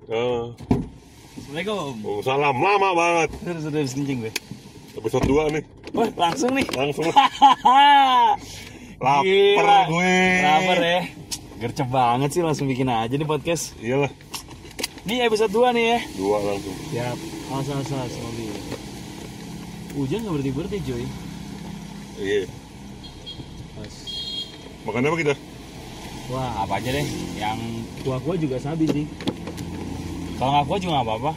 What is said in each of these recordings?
Assalamualaikum. Salam lama banget. Sudah habis kencing gue. Episode 2 nih. Wah, langsung nih. Langsung. Gila. Laper gue. Laper ya. Gercep banget sih langsung bikin aja nih podcast. Iyalah. Nih episode 2 nih ya. 2 langsung. Siap. Awas mobil. Hujan nggak berhenti Joy. Iya. Mas. Makan apa kita? Wah, apa aja deh. Yang kuah-kuah juga sabi sih. Kalau nggak kuah juga nggak apa-apa.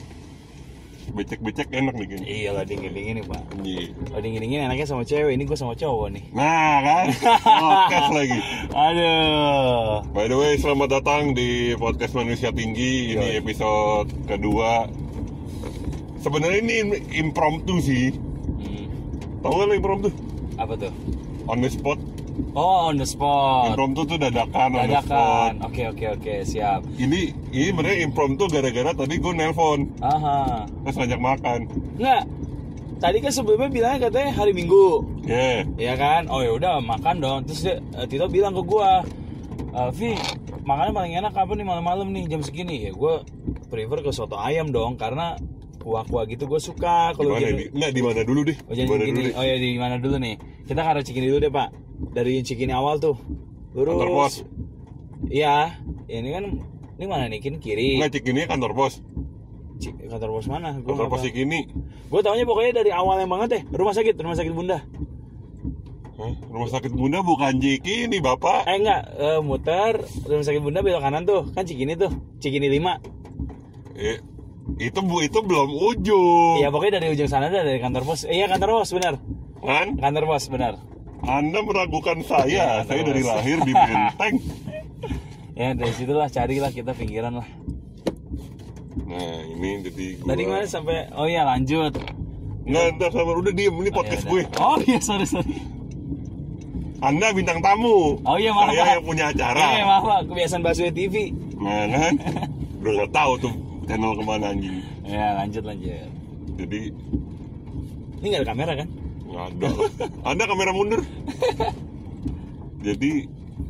Becek-becek enak nih kayaknya. Iya lah, dingin-dingin nih Pak. Iya. Kalau dingin-dingin enaknya sama cewek. Ini gue sama cowok nih. Nah kan, podcast lagi. Aduh. By the way, selamat datang di podcast Manusia Tinggi. Ini episode kedua. Sebenarnya ini impromptu sih. Tahu nggak lo impromptu? Apa tuh? On the spot. Oh, on the spot. Impromptu tuh dadakan, on the spot. Oke, siap. Ini sebenarnya impromptu gara-gara tadi gue nelpon. Aha. Terus ngajak makan. Enggak. Tadi kan sebelumnya bilangnya katanya hari Minggu. Yeah. Iya kan? Oh ya udah makan dong. Terus dia, Tito bilang ke gua, "Vi, makannya paling enak apa nih malam-malam nih jam segini?" Ya gua prefer ke soto ayam dong karena kuah-kuah gitu gue suka. Kalau Di mana dulu deh? Oh, di mana dulu nih? Kita ke arah Cikini dulu deh, Pak. Dari Cikini awal tuh. Lurus. Kantor pos. Iya. Ini kan ini mana nih? Kiri. Enggak, Cikini kantor pos. Kantor pos mana? Kantor pos Cikini. Gue taunya pokoknya dari awal yang banget deh. Rumah sakit Bunda. Hah? Rumah sakit Bunda bukan Cikini, Bapak. Enggak, muter Rumah sakit Bunda belok kanan tuh. Kan Cikini tuh. Cikini 5. Itu belum ujung. Iya, pokoknya dari ujung sana dari kantor pos. Iya, kantor pos benar. Kan? Kantor pos benar. Anda meragukan saya. Ya, Saya dari lahir di Menteng. Ya, dari situlah carilah kita pinggiran lah. Nah, ini jadi gua. Tadi kemana sampai? Oh iya, lanjut. Nggak, entar sama udah diem, ini podcast gue. Oh iya, sorry. Anda bintang tamu. Oh iya, maaf. Saya yang punya acara. Iya, maaf, Pak. Kebiasaan Baswe TV. Nah, kan? Udah nggak tahu tuh channel kemana anjing. Ya, lanjut. Jadi Ini nggak ada kamera kan? nggak ada. Anda kamera mundur. Jadi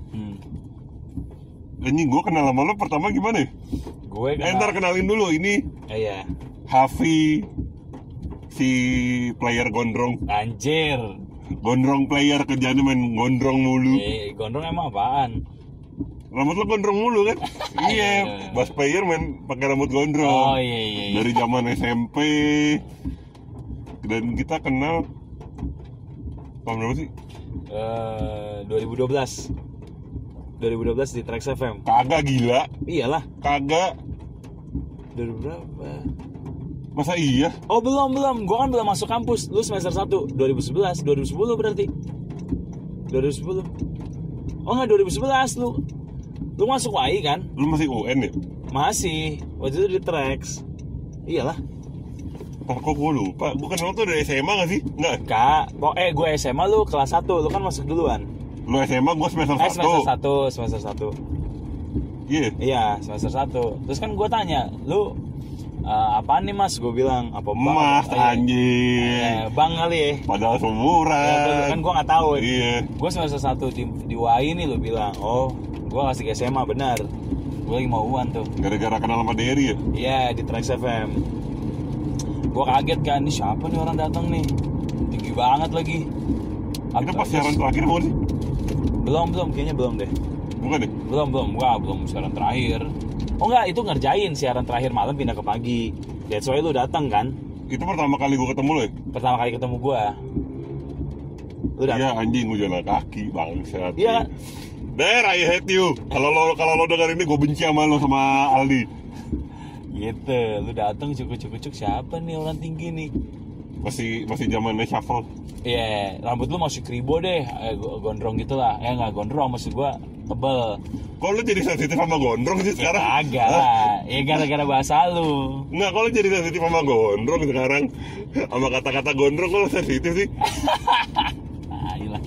anjing, gue kenal sama lo pertama gimana ya? Gue kenal. Ntar kenalin dulu, ini Iya. Hafi, si player gondrong. Anjir. Gondrong player, kerjaannya main gondrong mulu. Gondrong emang apaan? Rambut lo gondrong mulu kan? Iya, bass player main pakai rambut gondrong. Oh iya. Dari zaman SMP. Dan kita kenal tahun berapa sih? 2012 di Trax FM. Kagak, gila. Iyalah. Kagak. 2000 berapa? Masa iya? Oh belum. Gua kan belum masuk kampus. Lu semester 1 2011 2010 berarti 2010. Oh enggak, 2011 lu masuk UI kan? Lu masih UN ya? Masih. Waktu itu di Trax. Iyalah. Ntar kok gue lupa. Gue kenal tuh dari SMA gak sih? Enggak. Kak, gue SMA, lu kelas 1. Lu kan masuk duluan. Lu SMA, gue semester 1. Semester 1. Iya. Iya, semester 1. Terus kan gue tanya, lu apaan nih Mas? Gue bilang, apa Bang? Mas, anjing. Bang kali ya. Padahal seumuran. Ya, kan gue gak tahu. Iya. Gue semester 1 di UAI nih, lu bilang. Oh, gue kasih ke SMA, benar. Gue lagi mau uan tuh. Gara-gara kenal sama Derry ya? Iya, di Trax FM. Gue kaget kan, ini siapa nih orang datang nih? Tinggi banget lagi. Itu pas siaran terakhir bukan sih? Belum, kayaknya belum deh. Bukan deh? Belum siaran terakhir. Oh enggak, itu ngerjain siaran terakhir malam pindah ke pagi. That's why lu datang kan? Itu pertama kali gue ketemu lo ya? Pertama kali ketemu gue. Lu datang. Iya anjing, gue jalan kaki bangsat. Iya. Der, I hate you. Kalau lo denger ini gue benci sama lo sama Aldi. Gitu, lu datang cukup siapa nih orang tinggi nih? Masih zamannya shuffle. Iya, rambut lu masih kribo deh, gondrong gitulah. Enggak gondrong, maksud gua tebel. Kok lu jadi sensitif sama gondrong sih sekarang? Agak lah, ya gara-gara bahasa lu. Enggak, kok lu jadi sensitif sama gondrong sekarang? Sama kata-kata gondrong kok lu sensitif sih? Ayolah.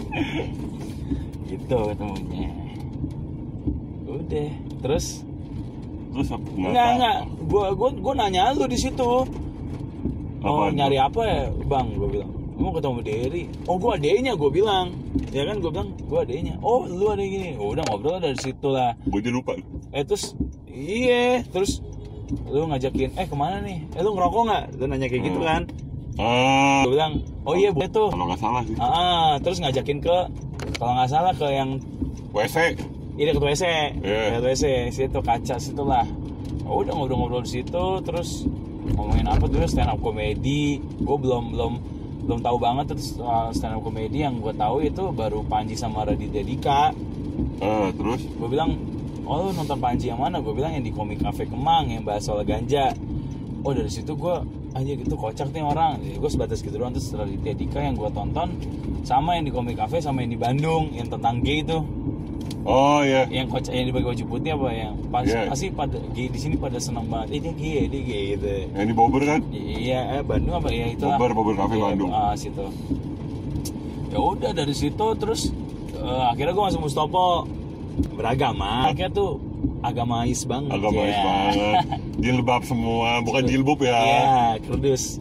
Gitu ketemunya. Udah, terus enggak. Gua nanya lu di situ. Mau nyari apa ya, Bang? Gua bilang. Mau ketemu Derry. Oh, gua adenya, gua bilang. Ya kan, gua bilang gua adenya. Oh, lu ada gini. Oh, udah ngobrol dari situ lah. Gua jadi lupa. Terus Iya, terus lu ngajakin, kemana nih? Lu ngerokok nggak? Lu nanya kayak gitu kan? Gue bilang, oh iya boleh tuh. Kalau nggak salah sih. Terus ngajakin ke, kalau nggak salah ke yang WC. Iya ke WC, Yeah. ke WC, situ kaca situ lah. Udah ngobrol-ngobrol di situ, terus ngomongin apa tuh stand up comedy. Gue belum tahu banget terus stand up comedy. Yang gue tahu itu baru Panji sama Raditya Dika. Terus? Gue bilang, oh lu nonton Panji yang mana? Gue bilang yang di Komik Cafe Kemang yang bahas soal ganja. Oh dari situ gue aja gitu kocak nih orang. Jadi gue sebatas gitu doang. Terus Raditya Dika yang gue tonton sama yang di Komik Cafe sama yang di Bandung yang tentang gay itu. Oh iya. Yang kocak yang dibagi baju putih apa yang pasti pada gay di sini pada senang banget. Dia gay gitu. Yang di Bogor kan? Iya, Bandung apa ya itu? Bogor Cafe Bandung. Situ. Ya udah dari situ terus akhirnya gue masuk Mustopo beragama. Akhirnya tuh agamais banget. Agamais banget. Jilbab semua, bukan jilbab ya. Iya, kerdus.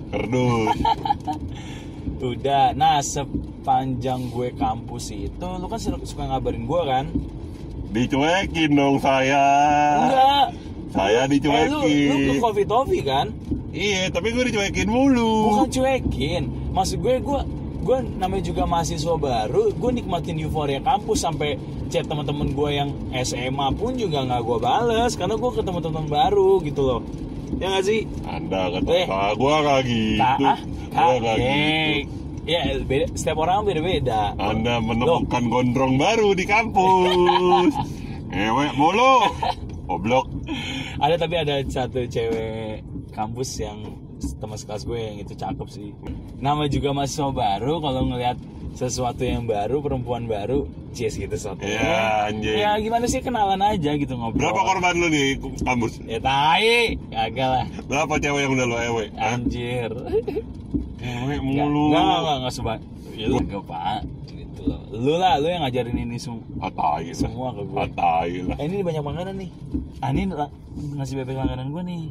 Udah, nah sepanjang gue kampus itu, lu kan suka ngabarin gue kan? Dicuekin dong saya. Enggak. Saya dicuekin. Lu coffee kan? Iya, tapi gue dicuekin mulu. Bukan cuekin. Maksud gue namanya juga mahasiswa baru, gue nikmatin euforia kampus sampai chat teman-teman gue yang SMA pun juga nggak gue bales karena gue ketemu teman baru gitu loh. Ya nggak sih? Anda kata gue nggak gitu. Gue nggak gitu. Ya beda, setiap orang beda-beda. Anda menemukan gondrong baru di kampus. Ewek mulu. Goblok. Tapi ada satu cewek kampus yang teman sekelas gue yang itu cakep sih. Nama juga mahasiswa baru, kalau ngelihat sesuatu yang baru, perempuan baru, cheers gitu sesuatu. Ya anjing. Ya gimana sih, kenalan aja gitu ngobrol. Berapa korban lu nih kampus? Ya tai, kagak lah. Berapa cewek yang udah lu ewe? Anjir. Ewe mulu. Enggak sebat. Ya lu enggak Pak. Gitu loh. Lu yang ngajarin ini semua ke gue. Atai lah. Ini banyak makanan nih. Ini ngasih bebek langganan gue nih.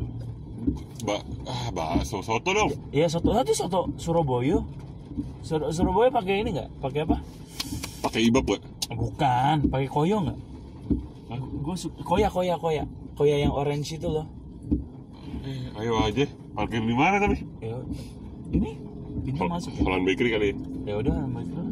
Bakso soto dong. Iya soto Surabaya. Surabaya pakai ini nggak? Pakai apa? Pakai ibab gak? Bukan, pakai koyo nggak? Gue koya yang orange itu loh. Ayo aja. Parkir di mana tapi? Ya, ini masuk. Ya? Holland Bakery kali. Ya udah, masuk.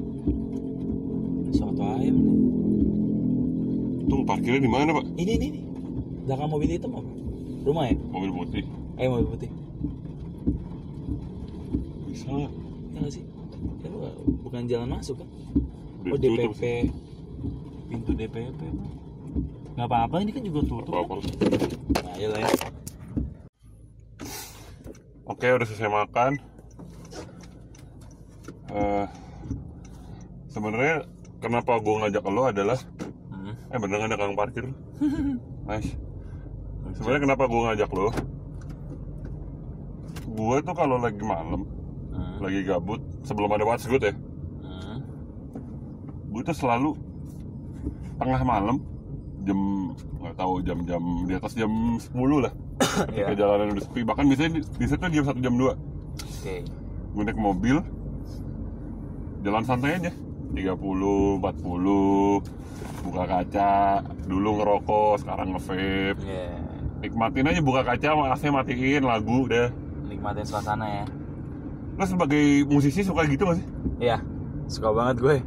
Soto ayam nih. Tuh parkirnya di mana, Pak? Ini. Belakang mobil hitam apa? Rumah ya? Mobil putih. Mobil putih. Bisa nggak? Ya nggak sih? Ya bukan jalan masuk kan? Udah DPP. Pintu DPP. Nggak apa-apa, ini kan juga tutup. Apa-apa. Kan? Nah, ayolah ya. Oke, udah selesai makan. Sebenarnya kenapa gue ngajak lo adalah bener nggak ada kang parkir. Nice. Sebenarnya kenapa gue ngajak lo? Gue tuh kalau lagi malam, lagi gabut, sebelum ada What's Good ya, gue tuh selalu tengah malam, jam nggak tahu jam di atas jam 10 lah. Ketika jalanan udah sepi, bahkan biasanya di situ jam 1 jam 2. Oke. Gue naik mobil, jalan santai aja, 30, 40, buka kaca, dulu ngerokok, sekarang nge-vape. Nikmatin aja, buka kaca, AC matiin, lagu udah. Nikmatin suasana ya. Lo sebagai musisi suka gitu gak sih? Iya, suka banget gue.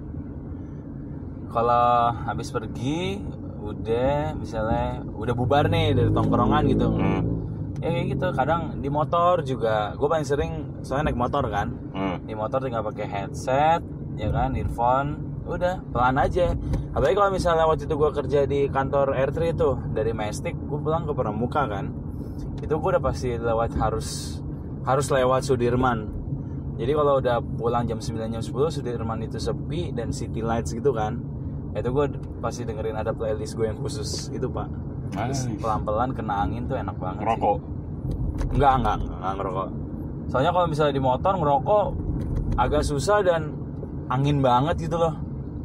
Kalau habis pergi, udah misalnya udah bubar nih dari tongkrongan gitu. Ya kayak gitu, kadang di motor juga. Gue paling sering soalnya naik motor kan. Di motor tinggal pakai headset, ya kan, earphone. Udah pelan aja. Apalagi kalau misalnya waktu itu gue kerja di kantor R3 tuh, dari Majestic gue pulang ke Pramuka kan, itu gue udah pasti lewat harus lewat Sudirman. Jadi kalau udah pulang jam 9 jam 10 Sudirman itu sepi dan City Lights gitu kan, itu gue pasti dengerin ada playlist gue yang khusus gitu Pak. Terus pelan-pelan kena angin tuh enak banget. Ngerokok? Enggak ngerokok. Soalnya kalau misalnya di motor ngerokok agak susah dan angin banget gitu loh.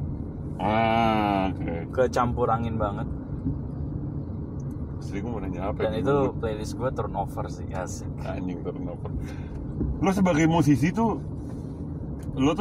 Okay. Kecampur angin banget. Asli gue mau nanya apa? Dan itu playlist gue turnover sih, asik. Anjing turnover. Lo sebagai musisi tuh, lo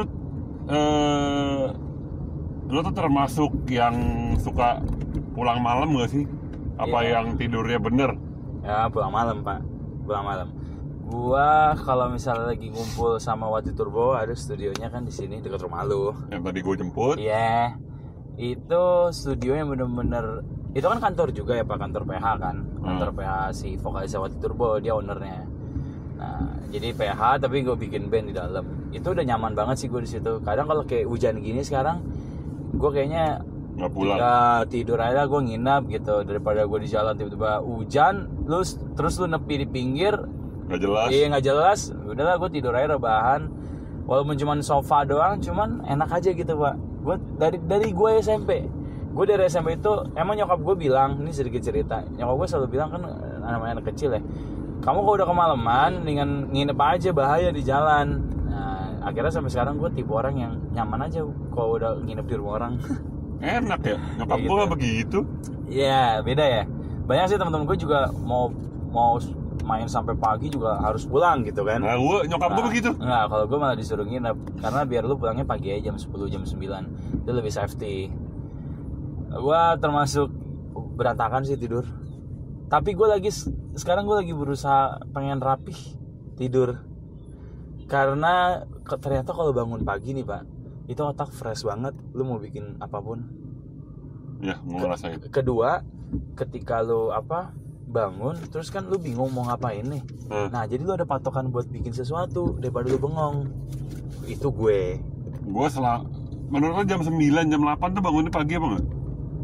tuh termasuk yang suka pulang malam gak sih? Apa yang tidurnya bener? Ya pulang malam pak, pulang malam. Gua kalau misalnya lagi ngumpul sama Wati Turbo, ada studionya kan di sini dekat rumah lu. Yang tadi gue jemput. Iya. Itu studionya bener-bener, itu kan kantor juga ya pak, kantor PH kan, kantor PH si vokalis Wati Turbo, dia ownernya. Nah, jadi PH tapi gue bikin band di dalam. Itu udah nyaman banget sih gue di situ. Kadang kalau kayak hujan gini sekarang, gue kayaknya Nggak pulang. Tidur aja gue nginap gitu, daripada gue di jalan tiba-tiba hujan, terus lu nepi di pinggir, Nggak jelas. iya nggak jelas. Udahlah gue tidur aja rebahan, walaupun cuman sofa doang, cuman enak aja gitu pak. Gue dari gue SMP, gue dari SMP itu emang nyokap gue bilang, ini sedikit cerita, nyokap gue selalu bilang kan namanya anak kecil ya, kamu kalau udah kemalaman dengan nginep aja, bahaya di jalan. Nah akhirnya sampai sekarang gue tipe orang yang nyaman aja kalau udah nginep di rumah orang. Enak ya, nyokap Kayak gue nggak gitu. begitu. Iya beda ya. Banyak sih teman-teman gue juga mau main sampai pagi juga harus pulang gitu kan. Nah nyokap gue begitu. Enggak, kalau gue malah disuruh nginep karena biar lu pulangnya pagi aja jam 10 jam 9. Itu lebih safety. Gue termasuk berantakan sih tidur. Tapi sekarang gue lagi berusaha pengen rapih tidur. Karena ternyata kalau bangun pagi nih pak, itu otak fresh banget, lu mau bikin apapun. Ya, mau ngerasain. Kedua, ketika lu bangun, terus kan lu bingung mau ngapain nih. Nah, jadi lu ada patokan buat bikin sesuatu daripada lu bengong. Itu gue. Gue menurut lo jam 9, jam 8 tuh bangunnya pagi apa enggak?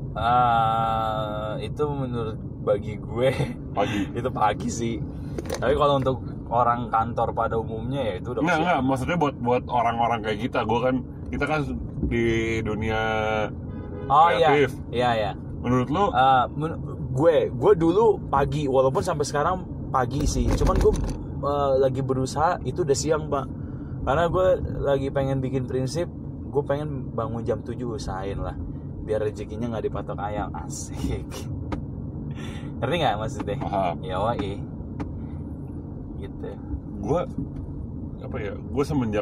Itu menurut bagi gue Pagi. itu pagi sih. Tapi kalau untuk orang kantor pada umumnya ya itu udah Enggak, maksudnya buat orang-orang kayak kita kan di dunia kreatif. Iya. Menurut lo? Gue dulu pagi, walaupun sampai sekarang pagi sih. Cuman gue lagi berusaha itu udah siang pak. Karena gue lagi pengen bikin prinsip, gue pengen bangun jam 7 usahain lah, biar rezekinya nggak dipatok ayam. Asik. Ngerti nggak maksudnya? Paham. Ya woi. Gitu. Gue semenjak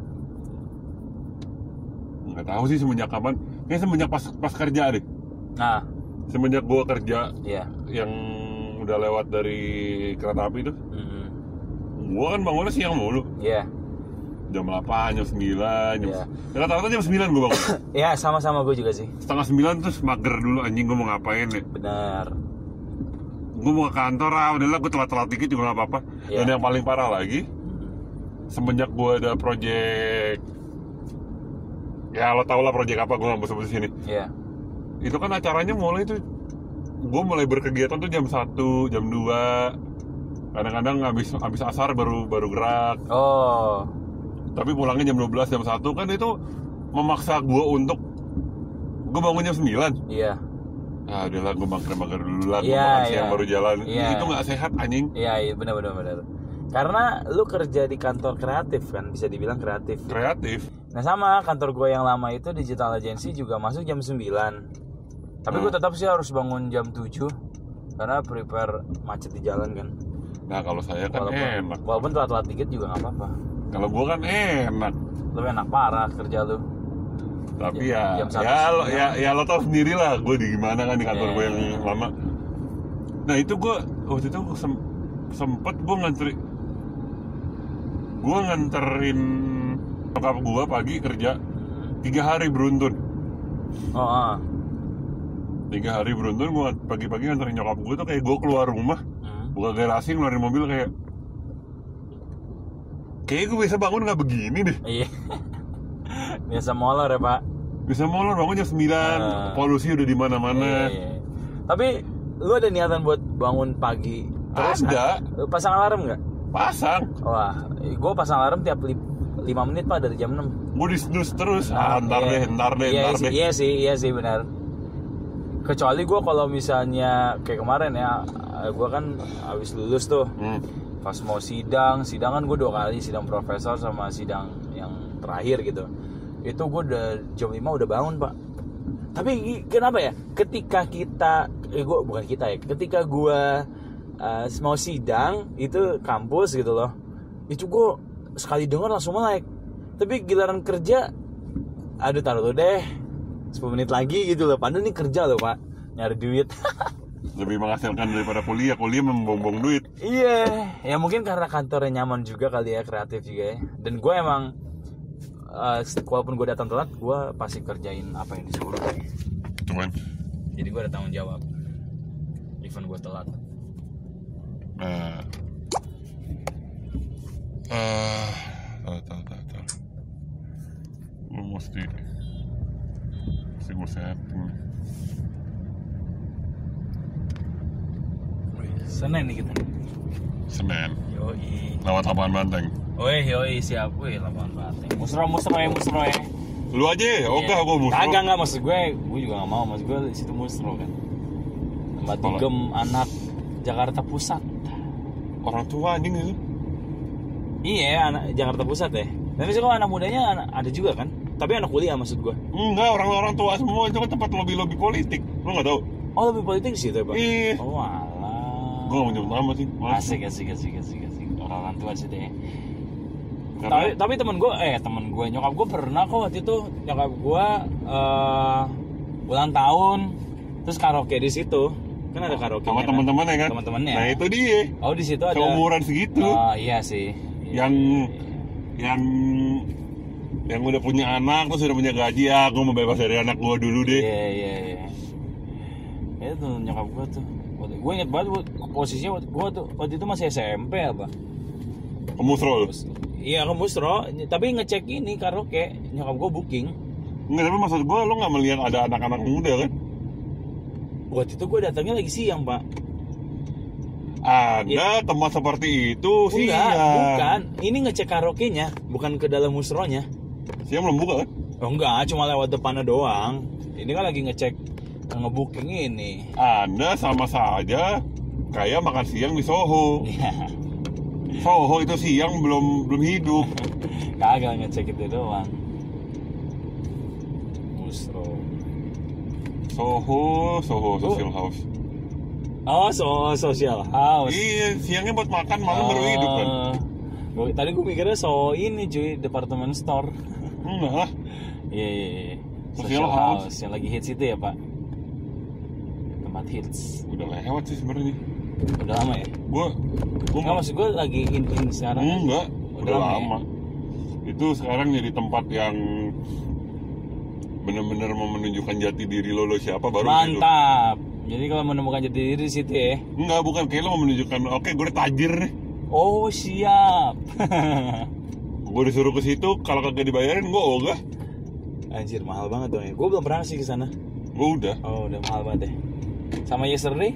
nggak tahu sih semenjak kapan, kayak semenjak pas kerja deh. Nah, semenjak gue kerja, iya. Yang udah lewat dari kereta api itu, gue kan bangunnya siang mulu. Iya. Jam 8, jam 9, Iya. Rata-rata jam 9 gue bangun. Ya sama-sama gue juga sih. Setengah 9 terus mager dulu, anjing gue mau ngapain ya. Benar. Gue mau ke kantor, udahlah gue telat-telat dikit juga gak apa-apa. Iya. Dan yang paling parah lagi, semenjak gue ada project, ya lo tau lah project apa, gue gak mau sebut di sini. Iya. Itu kan acaranya mulai tuh, gue mulai berkegiatan tuh jam 1, jam 2. Kadang-kadang habis asar baru gerak. Oh. Tapi pulangnya jam 12, jam 1 kan itu memaksa gue untuk gue bangun jam 9. Iya. Udahlah gue mager dulu lah, gue Iya, makan siang iya. baru jalan. Iya. Itu gak sehat anjing. Iya, benar. Karena lu kerja di kantor kreatif kan, bisa dibilang kreatif. Kreatif. Nah sama, kantor gue yang lama itu digital agency juga masuk jam 9. Tapi gue tetap sih harus bangun jam 7 karena prepare macet di jalan kan. Nah kalau saya kan enak. Walaupun telat-telat dikit juga gak apa-apa. Kalau gue kan enak. Lu enak parah kerja lu. Tapi Jam 1 lo tau sendiri lah gue di gimana kan di kantor gue yang lama. Nah itu gue waktu itu sempet gue nganterin nyokap gue pagi kerja 3 hari beruntun. 3 hari beruntun gue pagi-pagi nganterin nyokap gue tuh kayak gue keluar rumah, buka garasi, ngeluarin mobil kayak gue bisa bangun nggak begini deh. Iya. Biasa molor ya pak. Bisa molor bangun jam 9, polusi udah di mana-mana. Iya. Tapi lu ada niatan buat bangun pagi? Terus ada. Lu pasang alarm nggak? Pasang. Wah, gue pasang alarm tiap 5 menit pak dari jam 6. Gue di-snooze terus. Ntar deh. Iya sih benar. Kecuali gue kalau misalnya kayak kemarin ya, gue kan habis lulus tuh. Pas mau sidang kan gue 2 kali, sidang profesor sama sidang yang terakhir gitu. Itu gue udah jam 5 udah bangun pak. Tapi kenapa ya? Ketika ketika gue mau sidang itu kampus gitu loh, itu gue sekali denger langsung melek. Tapi giliran kerja, taruh tuh deh 10 menit lagi gitu loh. Padahal ini kerja loh pak, nyari duit. lebih menghasilkan daripada kuliah membuang-buang duit. Iya, ya mungkin karena kantornya nyaman juga kali ya, kreatif juga ya. Dan gue emang walaupun gue datang telat, gue pasti kerjain apa yang disuruh. Cuman jadi gue ada tanggung jawab even gue telat. Gue mesti gue setting. Senin nih kita. Senin. Yoi. Lewat lapangan Banteng. Yoi siap. Lapangan Banteng. Musro ya. Lu aja ya? Oh enggak, gue musro. Kagak enggak, maksud gue juga enggak mau. Maksud gue di situ musro kan. Tempat tigem anak Jakarta Pusat. Orang tua anjing itu. Iya, anak Jakarta Pusat ya. Tapi sih kok anak mudanya ada juga kan? Tapi anak kuliah maksud gue. Enggak, orang-orang tua semua itu kan tempat lobby politik. Lu enggak tahu? Oh, lobby politik di situ ya, Pak? Iya. Oh, alah. Gue enggak nyebut nama sih. Asik. Orang tua sih deh. Karena... Tapi temen gue nyokap gue pernah kok waktu itu nyokap gue ulang tahun terus karaoke di situ kan ada karaoke sama teman-temannya kan. Teman-temannya. Nah itu dia. Oh di situ ada. Seumuran segitu. Oh iya sih. Yang udah punya anak terus udah punya gaji ya, gue mau bebas dari anak gue dulu deh. Iya. Itu nyokap gue tuh. Gue inget banget posisinya gue tuh waktu itu masih SMP apa. Ke Musro lu? Iya ke Musro, tapi ngecek ini karaoke, nyokap gue booking. Enggak, tapi maksud gue lo nggak melihat ada anak-anak muda kan? Waktu itu gue datangnya lagi siang pak. Ada tempat seperti itu sih. Enggak, bukan. Ini ngecek karaoke-nya, bukan ke dalam musronya. Siang belum buka kan? Oh enggak, cuma lewat depannya doang. Ini kan lagi ngecek ngebooking ini. Anda sama saja kayak makan siang di Soho. Iya. Soho itu siang belum hidup. Kagak ngecek itu doang. Musro. Soho social house. Oh, social house. Iya, siangnya buat makan, malam baru hidup kan. Tadi gue mikirnya ini cuy, department store. Enggak lah. Iya. Social house yang lagi hits itu ya pak. Tempat hits. Udah lewat sih sebenarnya. Udah lama ya? Gue nggak, maksud gue lagi in sekarang. Enggak, udah lama. Ya? Itu sekarang jadi tempat yang benar-benar mau menunjukkan jati diri lo siapa baru. Mantap. Jadi kalau menemukan jati diri di situ ya? Enggak, bukan, kayak lo mau menunjukkan oke, gue udah tajir nih. Oh siap. Gue disuruh ke situ, kalau kagak dibayarin gue ogah. Anjir mahal banget dong ya. Gue belum pernah sih ke sana. Gue udah. Oh udah mahal banget ya. Sama Yesterday?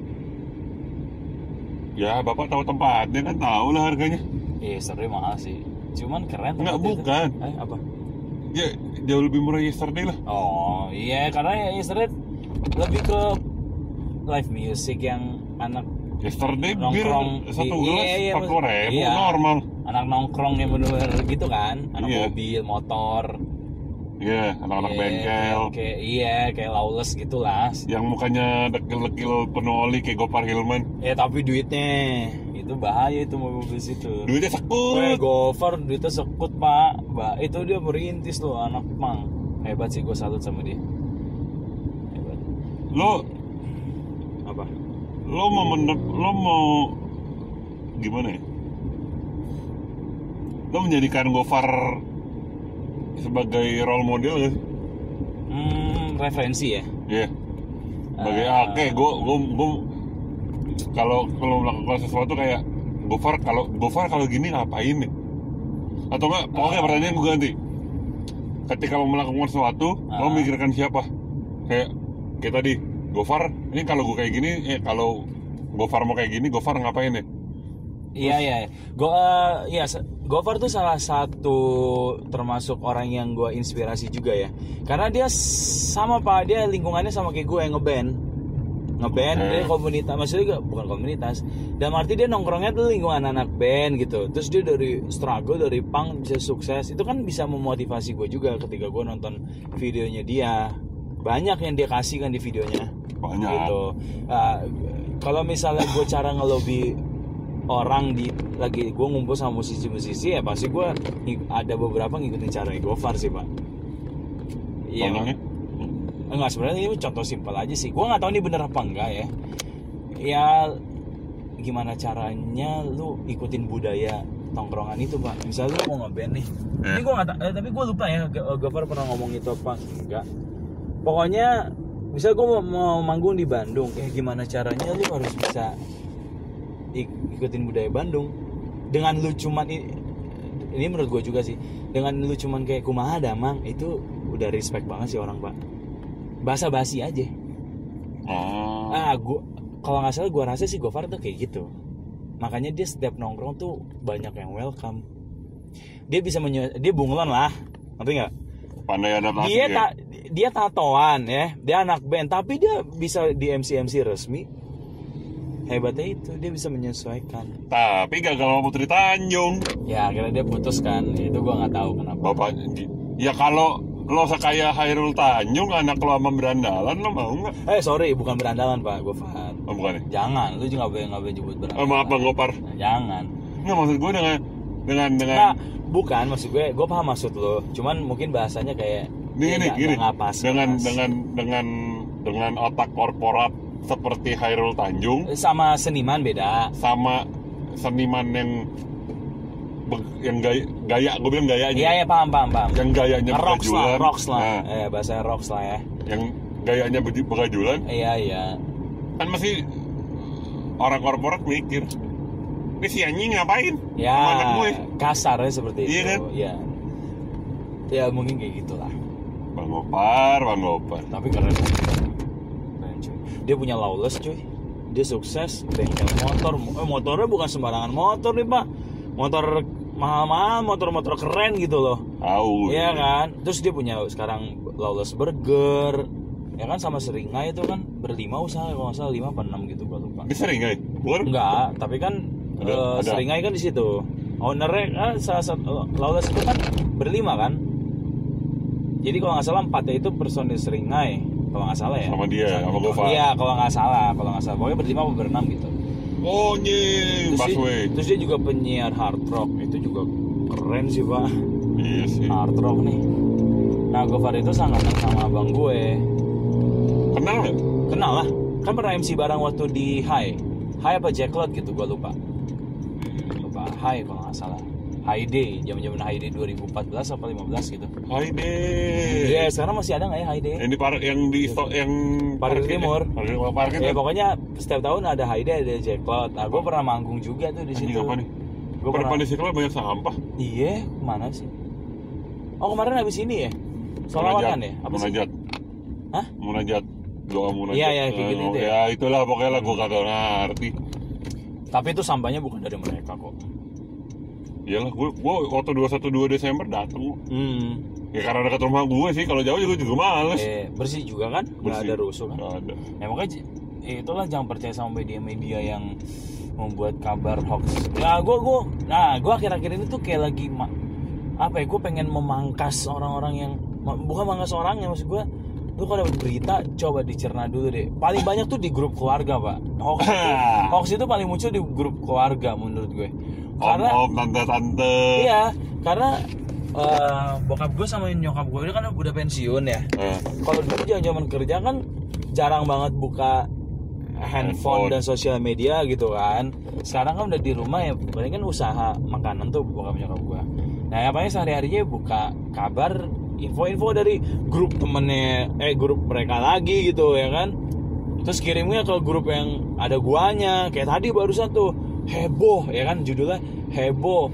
Ya bapak tahu tempatnya kan, tahu lah harganya. Yesterday mahal sih. Cuman keren. Enggak, bukan. Apa? Ya jauh lebih murah Yesterday lah. Oh iya, karena Yesterday lebih ke live music yang anak Yesterday nongkrong bir satu gelas 40.000 iya, normal. Anak nongkrong yang bener gitu kan, anak mobil, motor. Iya, anak-anak bengkel. Kayak lawless gitulah. Yang mukanya dekil-dekil penuh oli kayak Gopar Hilman. Tapi duitnya itu bahaya itu mobil situ. Duitnya sekut. Gopar duitnya sekut pak. Itu dia merintis loh, anak pang. Hebat sih, gue salut sama dia. Hebat. Lo apa? Lo mau gimana ya? Lo menjadikan Gofar sebagai role model gak sih? Referensi ya? Iya. Sebagai gue kalau melakukan sesuatu kayak Gofar kalau gini ngapain nih? Atau enggak, pokoknya pertanyaan gue ganti. Ketika lo melakukan sesuatu, lo mikirkan siapa? Kayak tadi, Gofar, ini kalau gue kayak gini, kalau Gofar mau kayak gini, Gofar ngapain ya? Iya. Gofar tuh salah satu termasuk orang yang gue inspirasi juga ya. Karena dia sama pak, dia lingkungannya sama kayak gue yang ngeband. Dia komunitas, maksudnya bukan komunitas. Dan arti dia nongkrongnya tuh lingkungan anak band gitu. Terus dia dari struggle, dari punk bisa sukses. Itu kan bisa memotivasi gue juga ketika gue nonton videonya dia. Banyak yang dia kasih kan di videonya. Banyak. Gitu. Kalau misalnya gue cara ngelobi orang lagi gue ngumpul sama musisi-musisi ya pasti gue ada beberapa ngikutin cara Gofar sih pak. Iya. Enggak, sebenarnya ini contoh simpel aja sih. Gue nggak tahu ini bener apa enggak ya. ya gimana caranya lu ikutin budaya tongkrongan itu pak. Misalnya lu mau ngeband nih, ini gue nggak tapi gue lupa ya Gofar pernah ngomong itu apa enggak. Pokoknya misal gue mau manggung di Bandung, gimana caranya lu harus bisa ikutin budaya Bandung. Dengan lu cuman ini menurut gue juga sih, dengan lu cuman kayak kumaha damang, itu udah respect banget sih orang pak. Basa-basi aja. Gua kalau nggak salah gue rasa sih Gofar tuh kayak gitu. Makanya dia setiap nongkrong tuh banyak yang welcome. Dia bisa dia bunglon lah, ngerti nggak? Pandai adaptasi. Dia tatoan ya, dia anak band, tapi dia bisa di MC resmi. Hebatnya itu dia bisa menyesuaikan. Tapi gagal sama Putri Tanjung. Ya akhirnya dia putus kan, itu gue nggak tahu kenapa. Bapaknya, ya kalau lo sekaya Hairul Tanjung, anak lo sama berandalan, lo mau nggak? Sorry, bukan berandalan pak, Gofar. Oh bukan ya? Jangan, lu juga nggak boleh nyebut berandalan. Maaf bang Gopar. Nah, jangan. Nggak, maksud gue dengan. Nah, bukan, maksud gue paham maksud lo. Cuman mungkin bahasanya kayak gini. Dengan otak korporat seperti Hairul Tanjung. Sama seniman beda. Sama seniman yang gaya, gue bilang gayanya. Iya paham. Yang gayanya begajulan. Rocks lah. Bahasa rocks lah ya. Yang gayanya begajulan. Iya. Kan masih orang korporat mikir, ini si anjing ngapain? Ya, sama anak gue. Kasarnya seperti itu. Iya kan? Iya. Ya mungkin kayak gitulah. Bang Gopar. Tapi keren cuy. Dia punya Lawless cuy. Dia sukses, bengkel motor. Motornya bukan sembarangan motor nih pak. Motor mahal-mahal, motor keren gitu loh. Tahu. Iya kan. Terus dia punya sekarang Lawless Burger. Ya kan sama Seringai itu kan berlima usaha kalau nggak salah 5 apa 6 gitu gua lupa. Di Seringai? Bukan? Enggak, tapi kan ada. Seringai kan di situ. Ownernya salah satu Lawless itu kan berlima kan. Jadi kalau nggak salah 4 itu personil Seringai kalau nggak salah ya. Sama dia, sama Gofar. Iya kalau nggak salah. Pokoknya berlima atau berenam gitu. Oh nying, busway. Terus dia juga penyiar hard rock, itu juga keren sih pak. Iya sih. Hard rock nih. Nah Gofar itu sangkatan sama abang gue. Kenal nggak? Kenal lah, kan pernah MC bareng waktu di High apa Jacklot gitu, gue lupa High kalau nggak salah. High Day, zaman High Day 2014 apa 15 gitu. High Day. Iya, sekarang masih ada nggak ya High Day? Yang Parkir Timur. Parkir. Ya pokoknya setiap tahun ada High Day, ada Jacklot. Nah, gue pernah manggung juga tuh di situ. Apa nih? Gue pernah di situ banyak sampah. Iya, mana sih? Oh kemarin habis ini ya? Solawatan ya? Apa sih? Munajat. Hah? Munajat. Doa munajat. Iya, kayak gitu ya. Ya itulah pokoknya lah, gue kagak ngerti. Tapi itu sampahnya bukan dari mereka kok. Iyalah, gue waktu 21-2 Desember dateng. Ya karena dekat rumah gue sih, kalau jauh juga males. Bersih juga kan? Nggak ada rusuh kan? Nggak ada. Ya makanya itulah, jangan percaya sama media-media yang membuat kabar hoax. Ya gue akhir-akhir ini tuh kayak lagi gue pengen memangkas orang-orang yang bukan memangkas orangnya, maksud gue. Lu kalau dapat berita coba dicerna dulu deh. Paling banyak tuh di grup keluarga pak. Hoax itu paling muncul di grup keluarga menurut gue. Karena om tante. Iya, karena bokap gue sama nyokap gue ini kan udah pensiun ya. Kalau dulu zaman kerja kan jarang banget buka handphone dan sosial media gitu kan. Sekarang kan udah di rumah ya, paling kan usaha makanan tuh bokap nyokap gue. Nah, yang paling sehari-harinya buka kabar, info-info dari grup temennya, grup mereka lagi gitu ya kan. Terus kirimnya ke grup yang ada guanya. Kayak tadi barusan tuh heboh ya kan, judulnya heboh,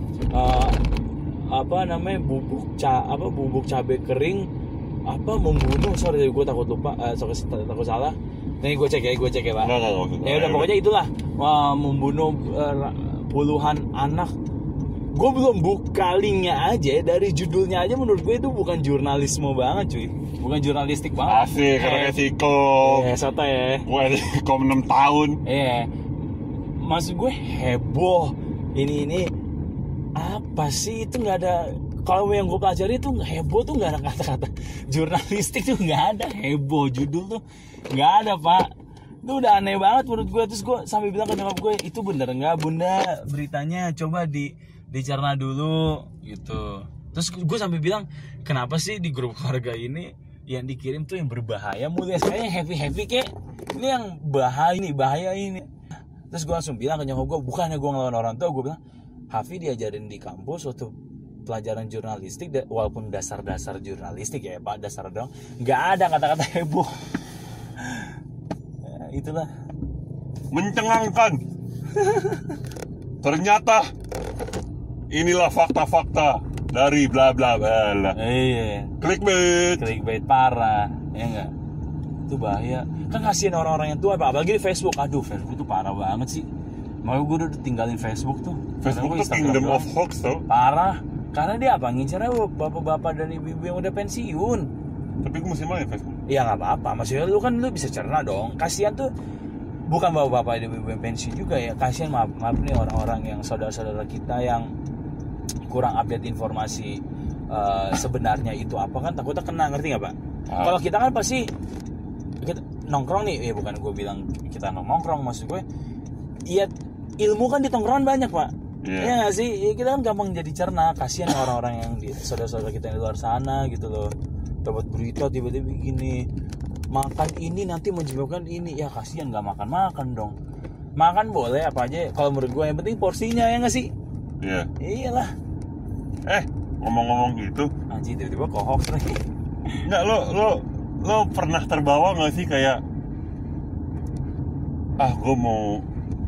bubuk cabai kering membunuh, sorry gue takut lupa, takut salah. Nih gue cek ya pak. Ya udah pokoknya itulah, membunuh puluhan anak. Gue belum buka linknya aja, dari judulnya aja menurut gue itu bukan jurnalisme banget cuy, bukan jurnalistik banget. Asik, karena sikom. Soto ya. Gue sikom 6 tahun. Maksud gue heboh. Ini apa sih, itu nggak ada. Kalau yang gue pelajari itu heboh tuh nggak ada kata-kata jurnalistik, tuh nggak ada heboh, judul tuh nggak ada pak. Itu udah aneh banget menurut gue. Terus gue sampai bilang ke nyokap gue, itu bener nggak bunda beritanya, coba dicerna dulu gitu. Terus gue sampai bilang, kenapa sih di grup keluarga ini yang dikirim tuh yang berbahaya mulai saya happy kek ini yang bahaya ini. Terus gue langsung bilang ke nyokap gue, bukannya gue ngelawan orang tua, gue bilang Hafi diajarin di kampus waktu pelajaran jurnalistik, walaupun dasar-dasar jurnalistik ya pak, dasar dong, nggak ada kata-kata heboh. Ya, itulah mencengangkan. Ternyata inilah fakta-fakta dari bla bla bla. Iya. Clickbait parah, ya enggak? Itu bahaya. Kan kasihan orang-orang yang tua, apalagi di Facebook. Aduh, Facebook tuh parah banget sih. Makanya gue udah tinggalin Facebook tuh. Facebook tuh kingdom of hoax tuh. Parah. Karena dia apa? Ngincernya bapak-bapak dan ibu-ibu yang udah pensiun. Tapi gue masih main Facebook. Iya nggak apa-apa. Maksudnya lu kan lu bisa cerna dong. Kasihan tuh bukan bapak-bapak dan ibu-ibu yang pensiun juga ya. Kasihan maaf nih orang-orang yang saudara-saudara kita yang kurang update informasi sebenarnya itu apa, kan takutnya kena, ngerti nggak pak? Kalau kita kan pasti kita nongkrong nih, ya bukan gue bilang kita nongkrong, maksud gue iya ilmu kan di tongkrongan banyak pak. Iya nggak sih? Ya, kita kan gampang jadi cerna. Kasihan orang-orang yang di saudara-saudara kita yang di luar sana gitu loh, dapat berita tiba-tiba gini, makan ini nanti menyebabkan ini, ya kasihan, nggak makan dong. Makan boleh apa aja kalau menurut gue, yang penting porsinya, ya nggak sih? Iya. Iyalah. Ngomong-ngomong gitu, anjir tiba-tiba kok hoax lagi. Nggak, lo pernah terbawa nggak sih kayak gue mau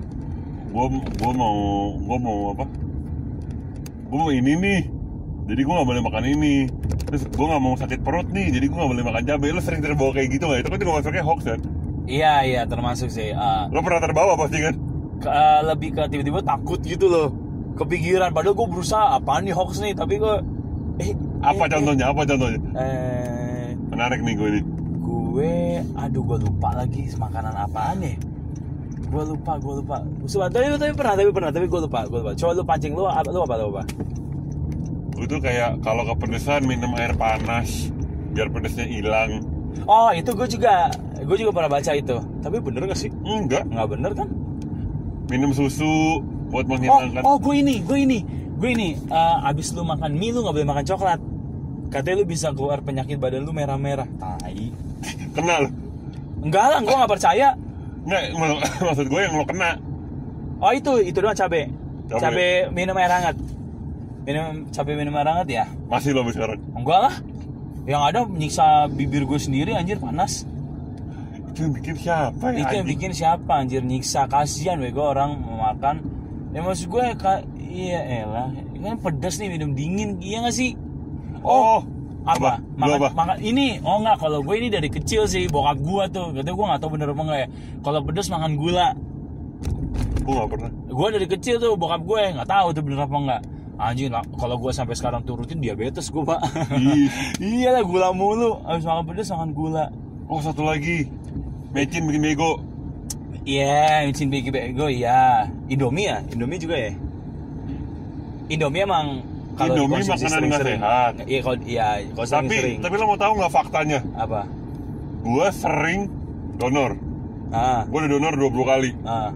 ini nih, jadi gue nggak boleh makan ini. Terus gue nggak mau sakit perut nih, jadi gue nggak boleh makan cabai. Lo sering terbawa kayak gitu nggak? Itu kan juga masuknya hoax kan? Iya termasuk sih. Lo pernah terbawa pasti kan? Lebih ke tiba-tiba takut gitu loh, kepikiran. Padahal gue berusaha apaan nih hoax nih, tapi gue Apa contohnya? Menarik nih gue nih. Gue lupa lagi makanan apaan ya. Gue lupa. Tapi pernah, tapi gue lupa. Coba lu pancing, lu apa? Gue tuh kayak kalau kepedesan minum air panas biar pedesnya hilang. Oh itu gue juga pernah baca itu. Tapi bener nggak sih? Nggak bener kan? Minum susu buat menghilangkan. Gue ini. Abis lu makan mie lu nggak boleh makan coklat. Katanya lu bisa keluar penyakit badan lu merah-merah. Tai. Kena lu? Enggak lah, gue nggak percaya. Nggak, maksud gue yang lo kena. Oh itu doang cabe minum air hangat. Minum air hangat ya? Masih lo sekarang? Enggak lah. Yang ada menyiksa bibir gue sendiri, anjir, panas. Itu yang bikin siapa ya? Itu yang bikin siapa, anjir, nyiksa. Kasihan bego orang mau makan. Ya maksud gue iya elah, kan pedas nih, minum dingin, iya nggak sih? Apa? Makan ini? Oh enggak, kalau gue ini dari kecil sih, bokap gue tuh, katanya gue nggak tahu bener apa enggak ya. Kalau pedas makan gula. Gue nggak pernah. Gue dari kecil tuh bokap gue nggak tahu tuh bener apa enggak. Anjing, kalau gue sampai sekarang turutin diabetes gue pak. Iyalah, gula mulu, habis makan pedas makan gula. Oh satu lagi, mecin bikin bego. Iya, mecin bikin bego, iya. Indomie juga ya. Indomie emang kalau dikonsumsi makanan nggak sehat. Iya kalau sering. Tapi lo mau tahu nggak faktanya? Apa? Gue sering donor. Gue udah donor 20 kali.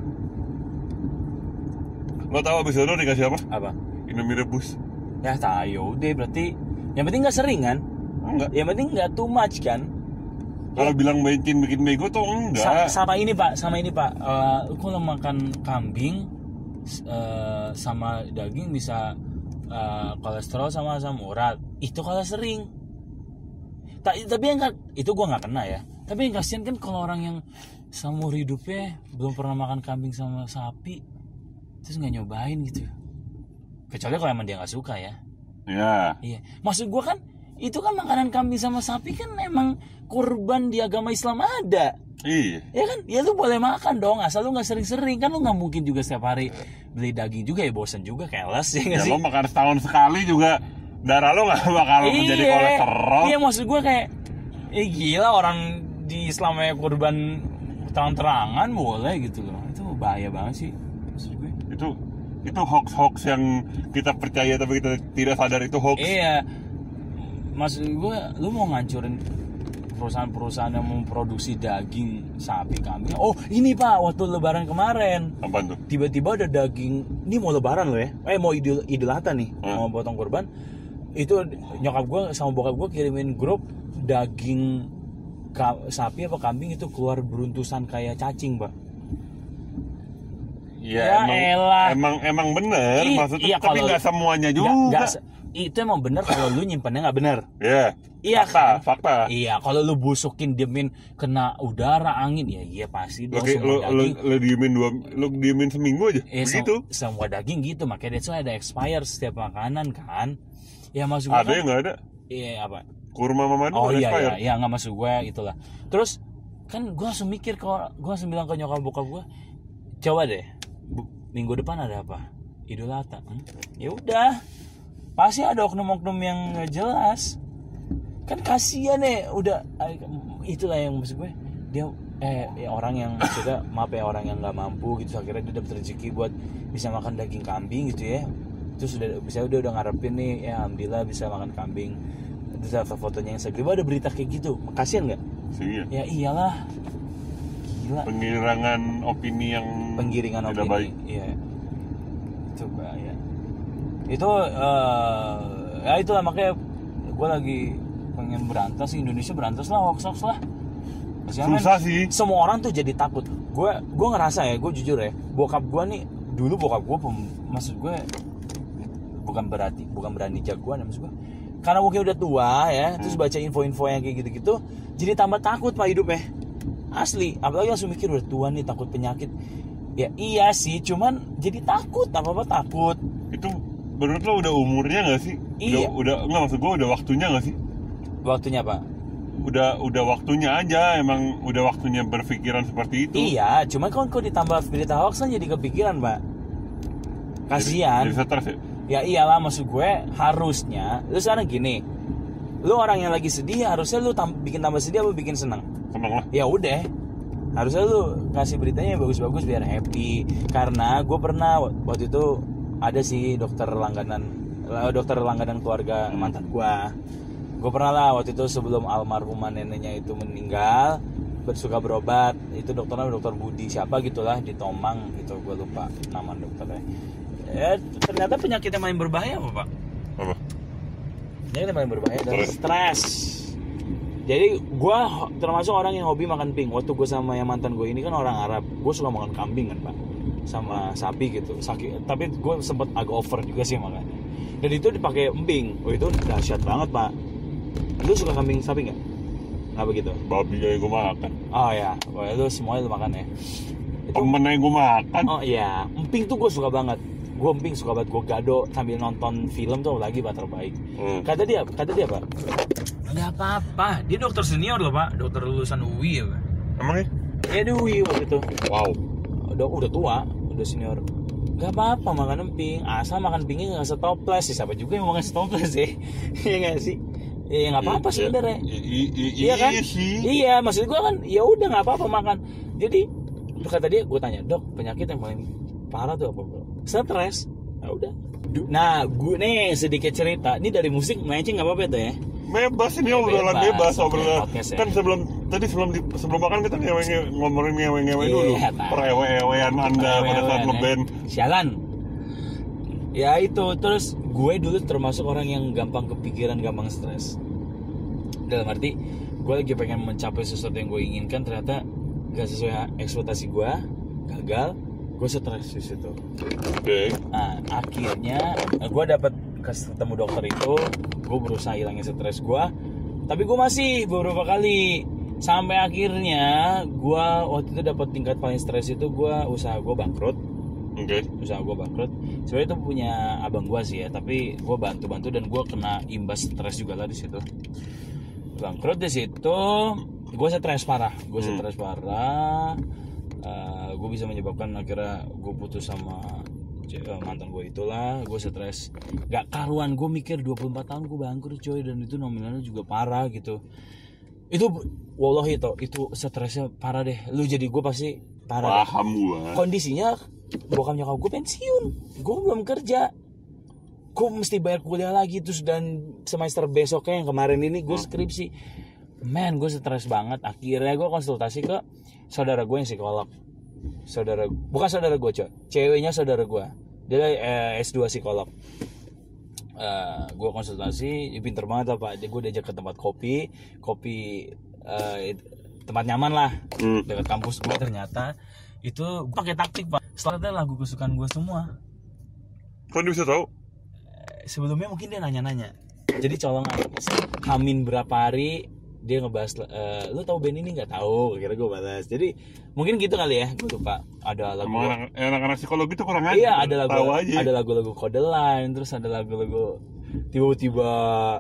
Lo tahu abis donor dikasih apa? Apa? Indomie rebus. Ya tahu deh, berarti yang penting nggak sering kan? Enggak. Yang penting nggak too much kan? Kalau bilang mecin bikin bego tuh enggak. Sama ini pak. Kalau makan kambing sama daging bisa kolesterol sama asam urat. Itu kalau sering. Tapi yang itu gue nggak kena ya. Tapi yang kasihan kan kalau orang yang seumur hidupnya belum pernah makan kambing sama sapi, terus nggak nyobain gitu. Kecuali kalau emang dia nggak suka ya. Iya. Maksud gue kan itu kan makanan kambing sama sapi kan emang kurban di agama Islam ada. Iya. Ya kan, ya lu boleh makan dong, asal lu nggak sering-sering. Kan lu nggak mungkin juga setiap hari beli daging juga, ya bosan juga, keles ya nggak sih? Ya lo makan setahun sekali juga darah lo nggak bakal menjadi kolesterol. Iya, maksud gue kayak gila, orang di Islamnya kurban terang-terangan boleh gitu loh. Itu bahaya banget sih maksud gue. Itu hoax yang kita percaya tapi kita tidak sadar itu hoax. Iya. Maksud gue, lu mau ngancurin perusahaan-perusahaan yang memproduksi daging sapi, kambing. Oh ini pak, waktu lebaran kemarin. Apaan tuh? Tiba-tiba ada daging. Ini mau lebaran loh ya. Mau idul adha nih. Mau potong kurban. Itu nyokap gue sama bokap gue kirimin grup. daging sapi apa kambing itu keluar beruntusan kayak cacing, Pak. Ya emang bener, maksudnya tapi nggak semuanya juga. Itu emang bener kalau lu nyimpennya nggak bener. Iya fakta. Iya, kalau lu busukin diemin kena udara angin ya iya pasti dong. Lu diemin seminggu aja begitu. Semua daging gitu, makanya that's why ada expire setiap makanan kan. Ya maksud gue ada yang nggak ada. Iya apa? Kurma mama oh iya nggak masuk gue itulah. Terus kan gue langsung mikir, gue langsung bilang ke nyokap bokap gue, coba deh minggu depan ada apa? Idul Adha. Ya udah, pasti ada oknum-oknum yang nggak jelas. Kan kasihan udah itulah yang maksud gue. Dia orang yang maksudnya maaf ya, orang yang nggak mampu gitu, akhirnya dia dapat rezeki buat bisa makan daging kambing gitu ya. Terus udah ngarepin nih, ya alhamdulillah bisa makan kambing. Terus ada fotonya yang segede, ada berita kayak gitu. Kasihan nggak? Iya. Ya iyalah. Gila. Penggiringan opini yang tidak baik. Iya. Itu bahaya. Itu ya itulah makanya gue lagi pengen berantas, Indonesia berantas lah, hoax lah. Susah sih. Semua orang tuh jadi takut. Gue ngerasa ya, gue jujur ya, bokap gue nih dulu maksud gue bukan berani jagoan, maksud gue karena mungkin udah tua ya, terus baca info-info yang kayak gitu-gitu, jadi tambah takut Pak hidupnya. Asli, apalagi langsung mikir udah tua nih, takut penyakit. Ya iya sih, cuman jadi takut, apa-apa takut. Itu menurut lo udah umurnya nggak sih? Iya. Udah nggak, maksud gue udah waktunya nggak sih? Waktunya Pak? Udah waktunya aja, emang udah waktunya berpikiran seperti itu. Iya, cuman kalau ditambah berita hoax kan jadi kepikiran Pak. Kasian. Jadi stres ya? Ya iyalah, maksud gue harusnya lu sekarang gini, lu orang yang lagi sedih harusnya lu bikin tambah sedih apa bikin senang? Senang lah. Ya udah, harusnya lu kasih beritanya yang bagus-bagus biar happy. Karena gue pernah waktu itu ada sih dokter langganan keluarga mantan gue pernah lah waktu itu sebelum almarhumah neneknya itu meninggal, suka berobat. Itu dokternya dokter Budi siapa gitulah di Tomang gitu, gue lupa nama dokternya. Ya ternyata penyakit yang paling berbahaya apa Pak? Apa? Penyakit yang paling berbahaya adalah stres. Jadi gue termasuk orang yang hobi makan pink. Waktu gue sama yang mantan gue ini kan orang Arab, gue suka makan kambing kan Pak, sama sapi gitu. Tapi gue sempet agak over juga sih makannya. Dan itu dipakai emping. Oh itu dahsyat banget Pak. Lu suka kambing sapi nggak? Nggak begitu? Babi aja gue makan. Oh ya, lu semuanya lu makan ya. Temen aja gue makan. Oh iya, emping tuh gue suka banget. Gue emping suka banget, gue gado sambil nonton film tuh lagi Pak terbaik. Kata dia Pak, nggak apa-apa, dia dokter senior loh Pak, dokter lulusan UI ya Pak. Emang ya? Iya di UI waktu itu. Wow. Udah tua, udah senior. Nggak apa-apa makan emping, asal makan empingnya nggak setoples. Siapa juga yang mau ngasih setoples ya? Iya nggak sih? Ya nggak apa-apa sebenarnya. Iya kan? Iya, maksud gue kan, ya udah nggak apa-apa makan. Jadi kata dia, gue tanya, dok penyakit yang paling parah tuh apa bro? Stres. Nah udah. Nah gue nih sedikit cerita. Ini dari musik melenceng nggak apa-apa tuh ya? Bebas ini obrolan bebas obrolan. Kan ya. sebelum makan kita ngomongin ngewe dulu. Perewe-ewean Anda pada saat ngeband. Sialan. Ya itu, terus gue dulu termasuk orang yang gampang kepikiran, gampang stres. Dalam arti gue lagi pengen mencapai sesuatu yang gue inginkan, ternyata gak sesuai ekspektasi gue, gagal, gue stres di situ. Oke. Nah akhirnya gue dapat ketemu dokter itu, gue berusaha hilangin stres gue, tapi gue masih beberapa kali sampai akhirnya gue waktu itu dapat tingkat paling stres itu usaha gue bangkrut. Usaha gue bangkrut. Sebenarnya itu punya abang gue sih ya, tapi gue bantu dan gue kena imbas stres juga lah di situ. Bangkrut di situ, gue stres parah. Gue bisa menyebabkan akhirnya gue putus sama mantan gue itulah. Gue stres gak karuan, gue mikir 24 tahun gue bangkrut coy, dan itu nominalnya juga parah gitu. Itu wallahi itu stresnya parah deh. Lu jadi gue pasti parah. Paham gue. Kondisinya bokap nyokap gue pensiun, gue belum kerja, gue mesti bayar kuliah lagi, terus dan semester besoknya yang kemarin ini gue skripsi. Man, gue stres banget. Akhirnya gue konsultasi ke saudara gue yang psikolog. Bukan saudara gue coy, ceweknya saudara gue, dia S2 psikolog. gue konsultasi, pinter banget lah Pak. Gue diajak ke tempat kopi tempat nyaman lah dekat kampus gue. Ternyata itu gue pakai taktik Pak. Setelahnya lagu kesukaan gue semua. Kok dia bisa tahu? Sebelumnya mungkin dia nanya-nanya. Jadi colongan Hamin berapa hari dia ngebahas, lu tahu band ini nggak? Tahu, kira gue balas. Jadi mungkin gitu kali ya, gue lupa. Ada lagu anak-anak psikologi tuh kurang aja. Iya, ada lagu-lagu Kode Line, terus ada lagu-lagu tiba-tiba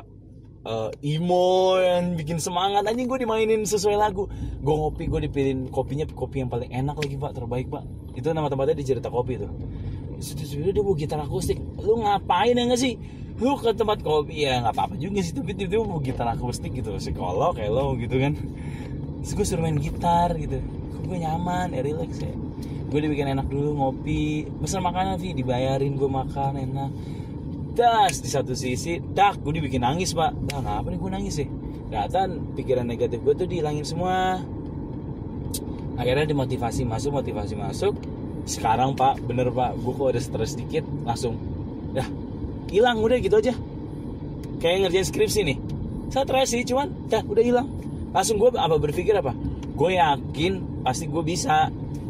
emo yang bikin semangat. Anjing, gue dimainin sesuai lagu. Gue ngopi, gue dipilihin kopinya kopi yang paling enak lagi Pak, terbaik Pak. Itu nama tempatnya di Cerita Kopi tuh. Sudah dia bawa gitar akustik. Lu ngapain ya nggak sih? Lu ke tempat kopi ya nggak apa-apa juga sih, tapi tiba-tiba mau gitar akustik gitu, psikolog kayak lo gitu kan. Terus gue suruh main gitar gitu, gue nyaman ya, relax ya. Gue dibikin enak dulu, ngopi, pesan makanan sih, dibayarin, gue makan enak. Das di satu sisi, gue dibikin nangis Pak. Kenapa nih gue nangis sih? Kelihatan pikiran negatif gue tuh dihilangin semua. Akhirnya dimotivasi masuk. Sekarang Pak, bener Pak, gue kok ada stres dikit langsung hilang, udah gitu aja. Kayak ngerjain skripsi nih, stres sih, cuman udah hilang. Langsung gue berpikir apa? Gue yakin pasti gue bisa.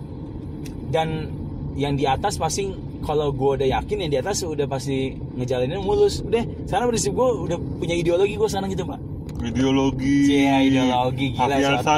Dan yang di atas pasti, kalau gue udah yakin yang di atas udah pasti ngejalaninnya mulus. Udah, sekarang prinsip gue udah punya ideologi gue sekarang gitu Pak. Ideologi. Iya, ideologi gila. Hafiansa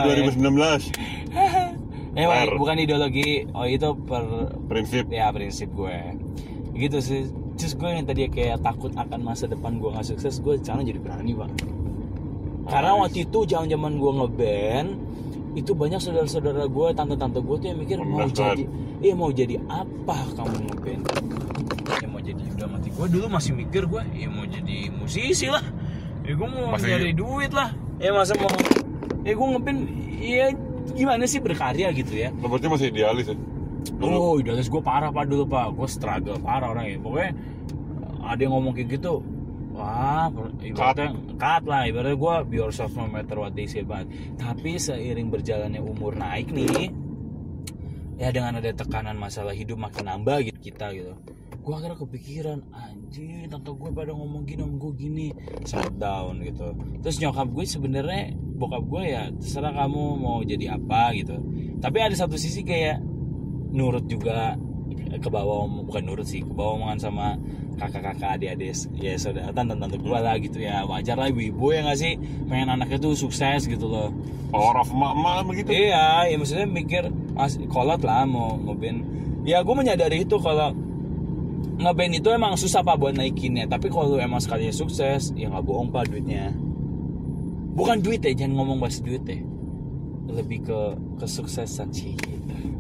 2019. Bukan ideologi, itu prinsip. Ya prinsip gue. Gitu sih. Terus gue yang tadi kayak takut akan masa depan gue nggak sukses, gue sekarang jadi berani Pak. Karena waktu itu zaman gue ngeband, itu banyak saudara-saudara gue, tante-tante gue tuh yang mikir mau jadi apa kamu ngeband? Ya mau jadi, udah mati. Gue dulu masih mikir gue, mau jadi musisi lah. Gue mau cari duit lah. Masa mau, gue ngeband, gimana sih berkarya gitu ya? Berarti masih idealis ya? Oh, idealis gue parah Pak dulu Pak. Gue struggle parah orangnya. Pokoknya ada yang ngomong kayak gitu, wah ibaratnya cut lah. Ibaratnya gue be yourself no matter what they say banget. Tapi seiring berjalannya umur naik nih, ya dengan ada tekanan masalah hidup makin nambah gitu kita gitu. Gue akhirnya kepikiran, anjir tante gue pada ngomong gini, om gue gini, shut down gitu. Terus nyokap gue sebenarnya, bokap gue ya terserah kamu mau jadi apa gitu. Tapi ada satu sisi kayak nurut juga ke bawah, bukan nurut sih, ke bawah omongan sama kakak-kakak, adik-adik, ya saudara, tante-tante gue lah gitu ya. Wajar lah ibu-ibu ya nggak sih, pengen anaknya tuh sukses gitu loh. Power of emak-emak begitu. Iya, ya maksudnya mikir kolot lah mau ngeband. Ya gue menyadari itu, kalau ngeband itu emang susah Pak buat naikinnya. Tapi kalau emang sekalinya sukses, ya nggak bohong Pak duitnya. Bukan duit ya, jangan ngomong bahas duit ya. Lebih ke kesuksesan sih gitu.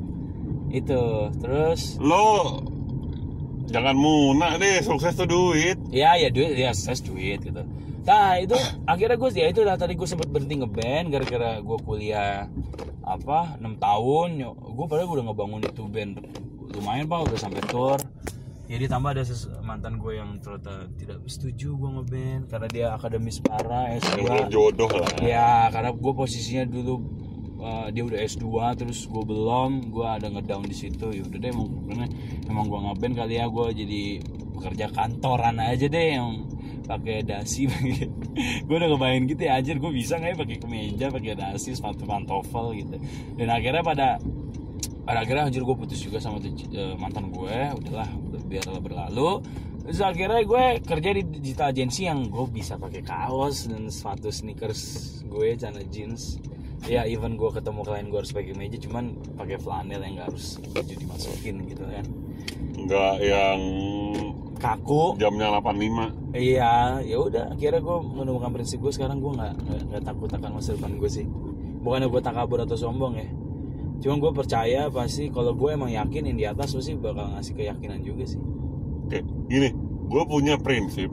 Itu terus lo jangan munak deh, sukses tuh duit. Ya duit, ya sukses duit gitu. Nah itu akhirnya gue ya itu lah, tadi gue sempet berhenti ngeband gara-gara gue kuliah 6 tahun. Gue padahal udah ngebangun itu band lumayan Pak, udah sampai tour. Jadi tambah ada mantan gue yang ternyata tidak setuju gue ngeband karena dia akademis parah, S2. Jodoh lah. Ya karena gue posisinya dulu dia udah S2 terus gue belum, gue ada ngedown di situ. Ya udah deh, emang gue ngeband kali ya, gue jadi pekerja kantoran aja deh yang pakai dasi. Gue udah kebayang gitu ya, anjir gue bisa nggak ya pakai kemeja, pakai dasi, sepatu pantofel gitu. Dan akhirnya pada akhirnya anjir gue putus juga sama mantan gue, udahlah biarlah berlalu. Terus akhirnya gue kerja di digital agency yang gue bisa pakai kaos dan sepatu sneakers gue, celana jeans. Ya even gue ketemu klien gue harus pakai meja, cuman pakai flanel yang nggak harus baju dimasukin gitu kan. Nggak yang kaku. Jamnya 85. Iya, ya udah. Akhirnya gue menemukan prinsip gue sekarang, gue nggak takut akan masa depan gue sih. Bukannya gue takabur atau sombong ya. Cuma gue percaya pasti kalau gue emang yakin yang di atas pasti bakal ngasih keyakinan juga sih. Oke, gini, gue punya prinsip.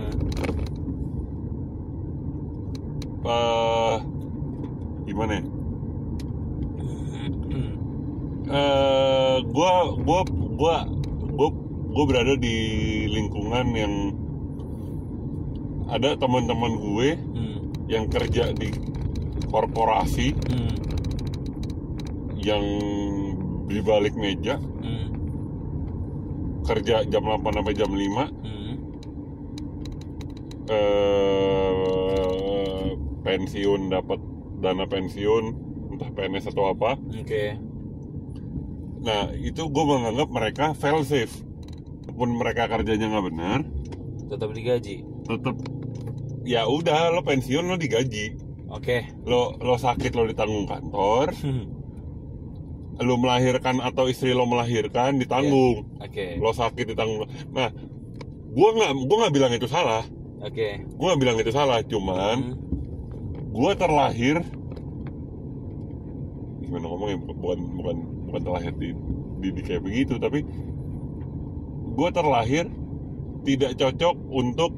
Gimana ya? Gue berada di lingkungan yang ada teman-teman gue yang kerja di korporasi, yang di balik meja, kerja jam 8 sampai jam 5, pensiun, dapat dana pensiun, entah PNS atau apa. Oke. Nah itu gue menganggap mereka fail safe. Walaupun mereka kerjanya nggak benar, Tetap digaji. tetap ya udah lo pensiun lo digaji. Oke. Lo sakit lo ditanggung kantor. Lo melahirkan atau istri lo melahirkan ditanggung. Oke. Lo sakit ditanggung. Nah gue nggak bilang itu salah. Oke. Gue nggak bilang itu salah, cuman gue terlahir, gimana ngomongnya, bukan terlahir di kayak begitu, tapi gue terlahir tidak cocok untuk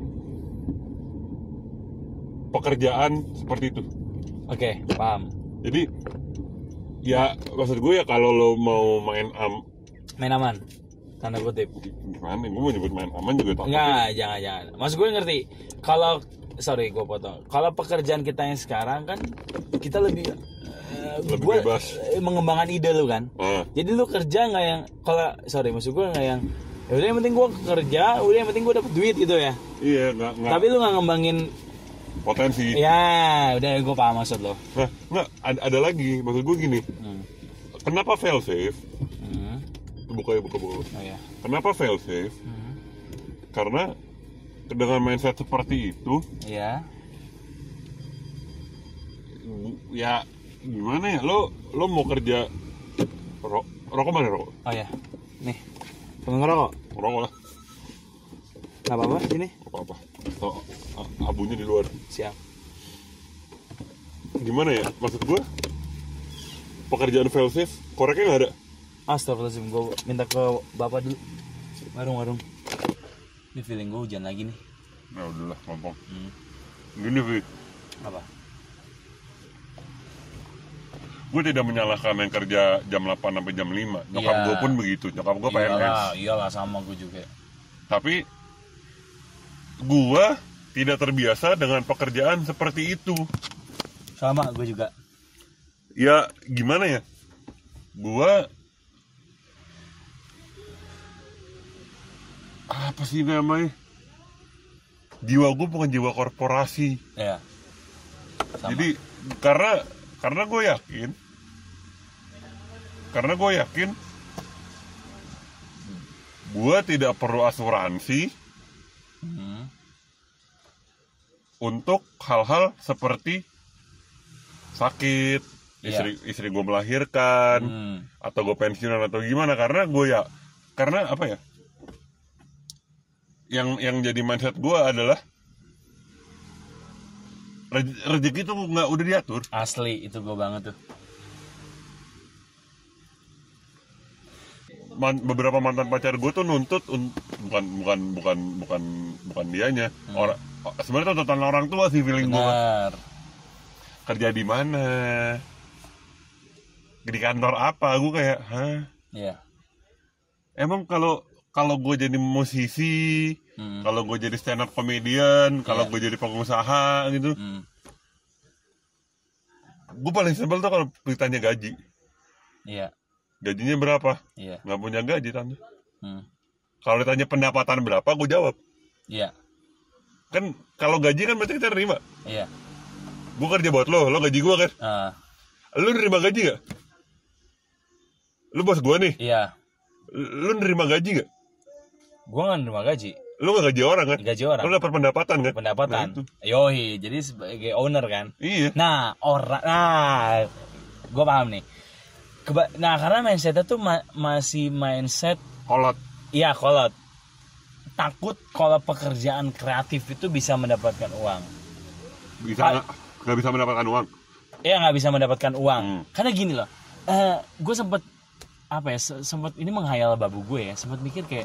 pekerjaan seperti itu. Oke, paham. Jadi ya maksud gue ya kalau lo mau main aman, tanda kutip. gimana, gue mau nyebut main aman juga takut. Enggak, jangan. Maksud gue ngerti. Kalau gue potong. Kalau pekerjaan kita yang sekarang kan kita lebih bebas mengembangkan ide lu kan. Jadi lu kerja nggak yang maksud gue nggak yang ya udah yang penting gue kerja, udah yang penting gue dapet duit gitu ya. Iya, nggak. Tapi lu nggak ngembangin potensi. Ya, udah gue paham maksud lo. Nah, nggak ada lagi, maksud gue gini. Kenapa fail safe? Buka. Oh ya. Kenapa fail safe? Karena dengan mindset seperti itu, ya gimana ya, lo mau kerja rokok mana rokok? Oh ya, nih, pengen ngerokok? Rokok lah. Gak apa-apa, sini. Apa? So, abunya di luar. Siap. Gimana ya, maksud gue pekerjaan fail safe, koreknya nggak ada. Astagfirullahaladzim, gue minta ke bapak dulu. Warung. Ini feeling gue hujan lagi nih. Nah udahlah, gampang. Gini Fit, Apa? gue tidak menyalahkan yang kerja jam 8 sampai jam 5. Nyokap gue pun begitu, nyokap gue PNS. Iyalah sama gue juga. Tapi gue tidak terbiasa dengan pekerjaan seperti itu. Sama gue juga. Ya gimana ya, gue apa sih namanya, jiwa gue bukan jiwa korporasi. Iya. Jadi karena gue yakin gue tidak perlu asuransi untuk hal-hal seperti sakit, istri gue melahirkan, atau gue pensiunan atau gimana, karena apa ya, yang jadi mindset gue adalah rezeki itu nggak udah diatur. Asli, itu gue banget tuh. Beberapa mantan pacar gue tuh nuntut bukan dianya, orang sebenarnya tuntutan orang tua sih, feeling gue. Kerja di mana, di kantor apa, gue kayak emang kalau gue jadi musisi, kalau gue jadi stand up comedian, kalau gue jadi pengusaha gitu, gue paling sebel tuh kalau ditanya gaji. Gajinya berapa? Nggak punya gaji tante. Kalau ditanya pendapatan berapa, gue jawab. Kan kalau gaji kan berarti kita nerima. Gue kerja buat lo gaji gue kan. Lo nerima gaji gak? Lo bos gue nih. Lo nerima gaji gak? Gue gak nerima gaji. Lo gak gaji orang kan? Gaji orang. Lo dapat pendapatan kan? Pendapatan. Yoi, jadi sebagai owner kan. Iya. Nah, gue paham nih. Karena mindsetnya tuh masih mindset kolot. Iya, kolot. Takut kalau pekerjaan kreatif itu bisa mendapatkan uang. Nggak bisa mendapatkan uang. Iya, nggak bisa mendapatkan uang. Karena gini loh, gue sempat ini menghayal babu gue ya, sempat mikir kayak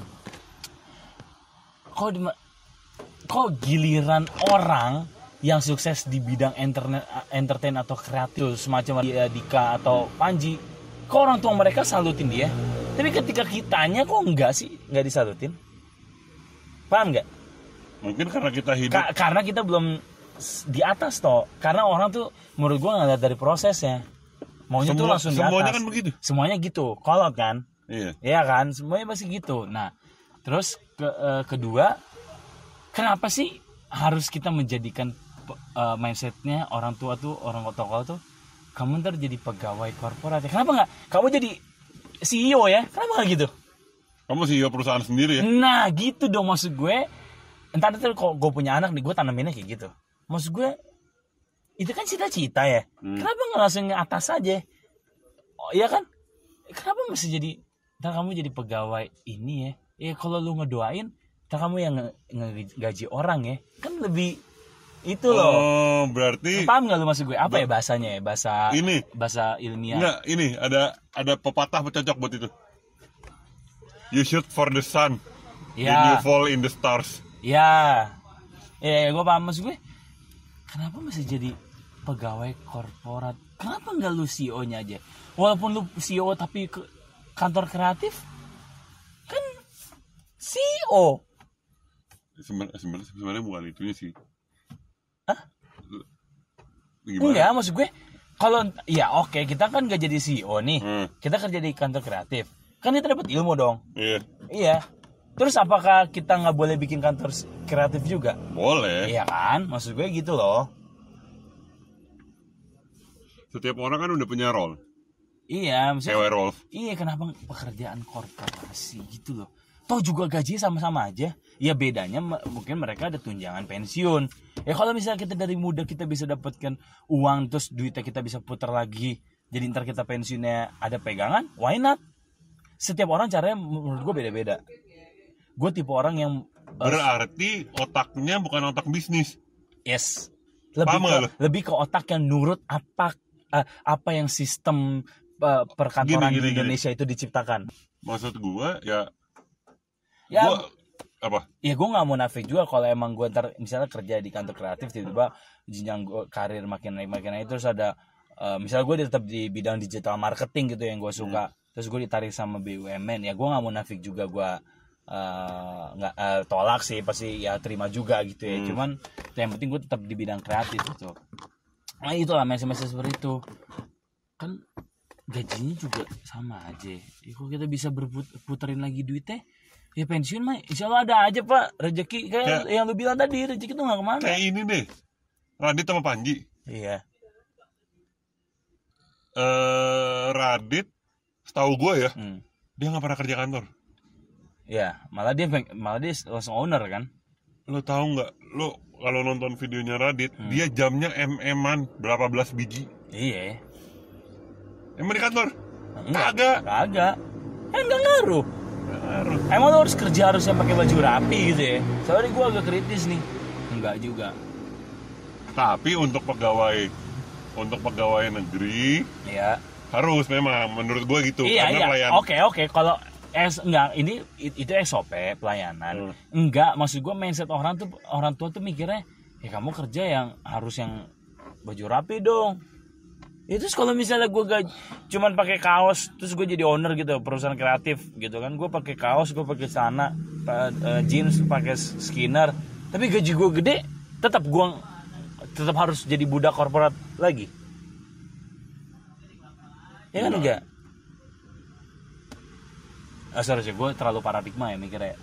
kok giliran orang yang sukses di bidang entertain atau kreatif semacam Dika atau Panji, kok orang tua mereka salutin dia, tapi ketika kitanya kok enggak disalutin. Paham nggak? Mungkin karena kita hidup karena kita belum di atas toh, karena orang tuh menurut gue nggak lihat dari prosesnya, maunya tuh langsung di atas. Semuanya kan begitu. Semuanya gitu, kolot kan? Iya kan, semuanya pasti gitu. Nah, terus kedua, kenapa sih harus kita menjadikan mindsetnya orang tua tuh, orang tua tuh, kamu ntar jadi pegawai korporat ya. Kenapa nggak kamu jadi CEO ya? Kenapa nggak gitu? Kamu CEO perusahaan sendiri ya? Nah gitu dong, maksud gue. Entar nanti kalau gue punya anak nih, gue tanaminnya kayak gitu. Maksud gue, itu kan cita-cita ya. Kenapa nggak langsung ke atas aja? Oh iya kan? Kenapa mesti jadi, ntar kamu jadi pegawai ini ya? Ya kalau lu ngedoain, ntar kamu yang ngegaji orang ya. Kan lebih itu loh. Oh, berarti paham nggak lu maksud gue? Apa ya bahasanya ya? Bahasa ilmiah. Enggak, ini ada pepatah cocok buat itu. You shoot for the sun, then you fall in the stars. Ya, gue paham maksud gue. Kenapa mesti jadi pegawai korporat? Kenapa nggak lu CEO-nya aja? Walaupun lu CEO tapi ke kantor kreatif, kan CEO. Sebenarnya bukan itunya sih. Hah? Gimana? Enggak, maksud gue kalau ya oke, kita kan gak jadi CEO nih. Kita kerja di kantor kreatif. Kan kita dapat ilmu dong. Iya. Terus apakah kita nggak boleh bikin kantor kreatif juga? Boleh. Iya kan? Maksud gue gitu loh. Setiap orang kan udah punya role. Iya, maksudnya. Role. Iya, kenapa pekerjaan korporasi gitu loh? Toh juga gaji sama-sama aja. Ya bedanya mungkin mereka ada tunjangan pensiun. Ya kalau misalnya kita dari muda kita bisa dapatkan uang, terus duitnya kita bisa putar lagi, jadi ntar kita pensiunnya ada pegangan, why not? Setiap orang caranya menurut gue beda-beda. Gue tipe orang yang berarti otaknya bukan otak bisnis. Yes. Lebih ke otak yang nurut apa yang sistem perkantoran di Indonesia itu diciptakan. Maksud gue ya gua, apa? Ya gue nggak munafik juga kalau emang gue ntar misalnya kerja di kantor kreatif, tiba-tiba jenjang karir makin naik terus ada misalnya gue tetap di bidang digital marketing gitu yang gue suka, terus gue ditarik sama BUMN, ya gue nggak munafik juga, gue nggak tolak sih, pasti ya terima juga gitu ya. Cuman yang penting gue tetap di bidang kreatif gitu. Nah itulah message seperti itu kan, gajinya juga sama aja ya. Kalau kita bisa berputerin lagi duitnya, ya pensiun mah insya Allah ada aja pak, rezeki kayak yang lu bilang tadi, rezeki tuh nggak kemana. Kayak ini deh, Radit sama Panji. Iya. Radit, setahu gue ya, dia nggak pernah kerja kantor. Ya, malah dia langsung owner kan. Lo tahu nggak? Lo kalau nonton videonya Radit, dia jamnya MM-an berapa belas biji. Iya. Emang di kantor? Kagak. Enggak ngaruh. Emang lo harus kerja harusnya pakai baju rapi gitu ya? Soalnya gue agak kritis nih. Enggak juga. Tapi untuk pegawai negeri, ya harus memang menurut gue gitu. Iya. Karena Oke. Kalau enggak, itu SOP pelayanan. Enggak, maksud gue mindset orang tua tuh mikirnya, ya kamu kerja yang harus yang baju rapi dong. Itu kalau misalnya gue cuman pakai kaos, terus gue jadi owner gitu perusahaan kreatif gitu kan, gue pakai kaos, gue pakai celana jeans, pakai skinner, tapi gaji gue gede, tetap harus jadi budak korporat lagi, ya kan? Enggak. Seharusnya gue terlalu paradigma ya mikirnya.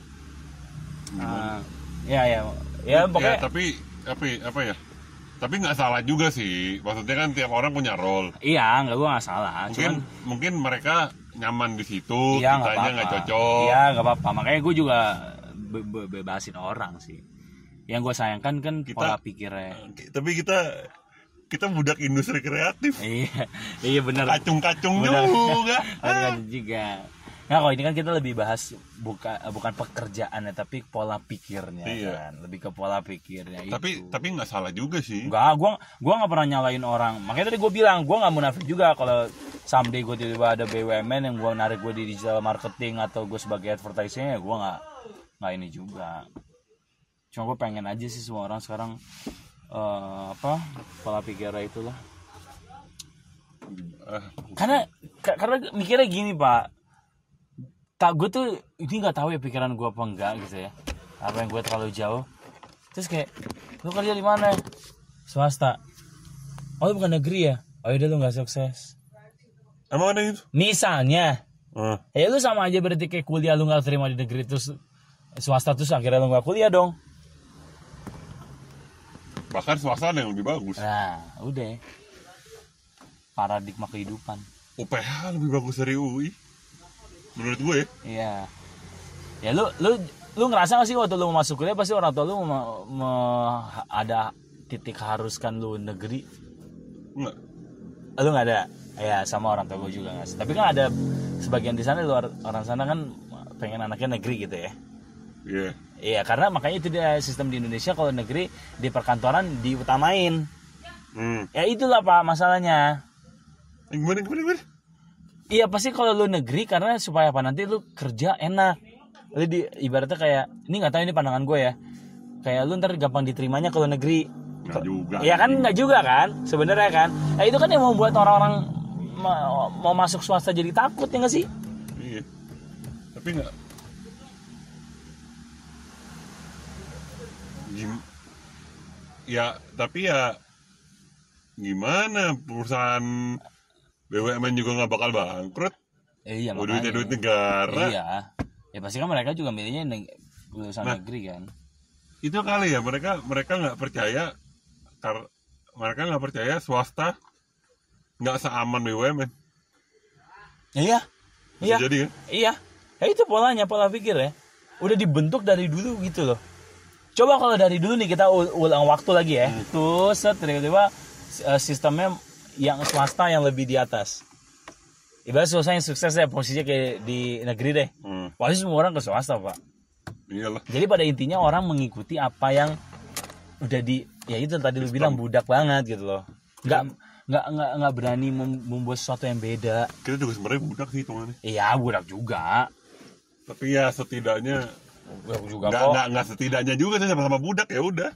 Ya pokoknya. Ya, tapi apa ya? Tapi nggak salah juga sih. Maksudnya kan tiap orang punya role. Iya, gue nggak salah. Mungkin mereka nyaman di situ, iya, kitanya nggak cocok. Iya, nggak apa-apa. Makanya gue juga bebasin orang sih. Yang gue sayangkan kan pola pikirnya. Tapi kita budak industri kreatif. Iya benar. Kacung-kacung juga. juga. Nah, kalau ini kan kita lebih bahas bukan pekerjaannya, tapi pola pikirnya. Iya. Kan, lebih ke pola pikirnya. Tapi nggak salah juga sih. Enggak, gua nggak pernah nyalain orang. Makanya tadi gue bilang, gue nggak munafik juga kalau someday gue tiba-tiba ada BUMN yang gue narik gue di digital marketing atau gue sebagai advertising, ya gue nggak ini juga. Cuma gue pengen aja sih semua orang sekarang pola pikirnya itulah. Karena mikirnya gini pak. Gue tuh ini nggak tahu ya pikiran gue apa enggak gitu ya, apa yang gue terlalu jauh. Terus kayak, lu kerja di mana? Swasta. Oh lu bukan negeri ya? Oh yaudah lu nggak sukses. Emang ada itu? Misalnya, ya lu sama aja berarti kayak kuliah lu nggak terima di negeri terus swasta, terus akhirnya lu nggak kuliah dong. Bahkan swasta ada yang lebih bagus. Nah, udah. Paradigma kehidupan. UPH lebih bagus dari UI. Menurut gue ya. Iya. Ya lu ngerasa gak sih waktu lu masuk kuliah pasti orang tua lu ada titik haruskan lu negeri? Enggak. Lu nggak ada? Ya sama orang tua gue juga nggak sih. Tapi kan ada sebagian di sana luar orang sana kan pengen anaknya negeri gitu ya. Iya. Yeah. Iya, karena makanya itu dia sistem di Indonesia kalau negeri di perkantoran diutamain. Ya itulah Pak masalahnya. Gimana? Iya pasti kalau lu negeri karena supaya apa nanti lu kerja enak. Lu ibaratnya kayak ini nggak tahu ini pandangan gue ya. Kayak lu ntar gampang diterimanya kalau negeri. Nggak juga. Iya kan nggak juga kan sebenarnya kan. Ya itu kan yang membuat orang-orang mau masuk swasta jadi takut ya nggak sih? Iya. Tapi nggak. Ya tapi ya gimana perusahaan BUMN juga nggak bakal bangkrut. Iya makanya. Duit negara. Iya. Ya pasti kan mereka juga milihnya lulusan negeri kan. Itu kali ya mereka nggak percaya mereka nggak percaya swasta nggak seaman BUMN. Iya. Iya. Jadi kan? Iya. Ya itu pola pikir ya. Udah dibentuk dari dulu gitu loh. Coba kalau dari dulu nih kita ulang waktu lagi ya. Tuh tiba-tiba sistemnya yang swasta yang lebih di atas. Ibarat swasta yang sukses ya posisinya kayak di negeri deh. Pasti semua orang ke swasta Pak. Iyalah. Jadi pada intinya orang mengikuti apa yang udah ya itu tadi lu bilang budak banget gitu loh. Nggak berani membuat sesuatu yang beda. Kita juga sebenarnya budak sih hitungannya. Iya budak juga. Tapi ya setidaknya nggak setidaknya juga sih sama budak ya udah.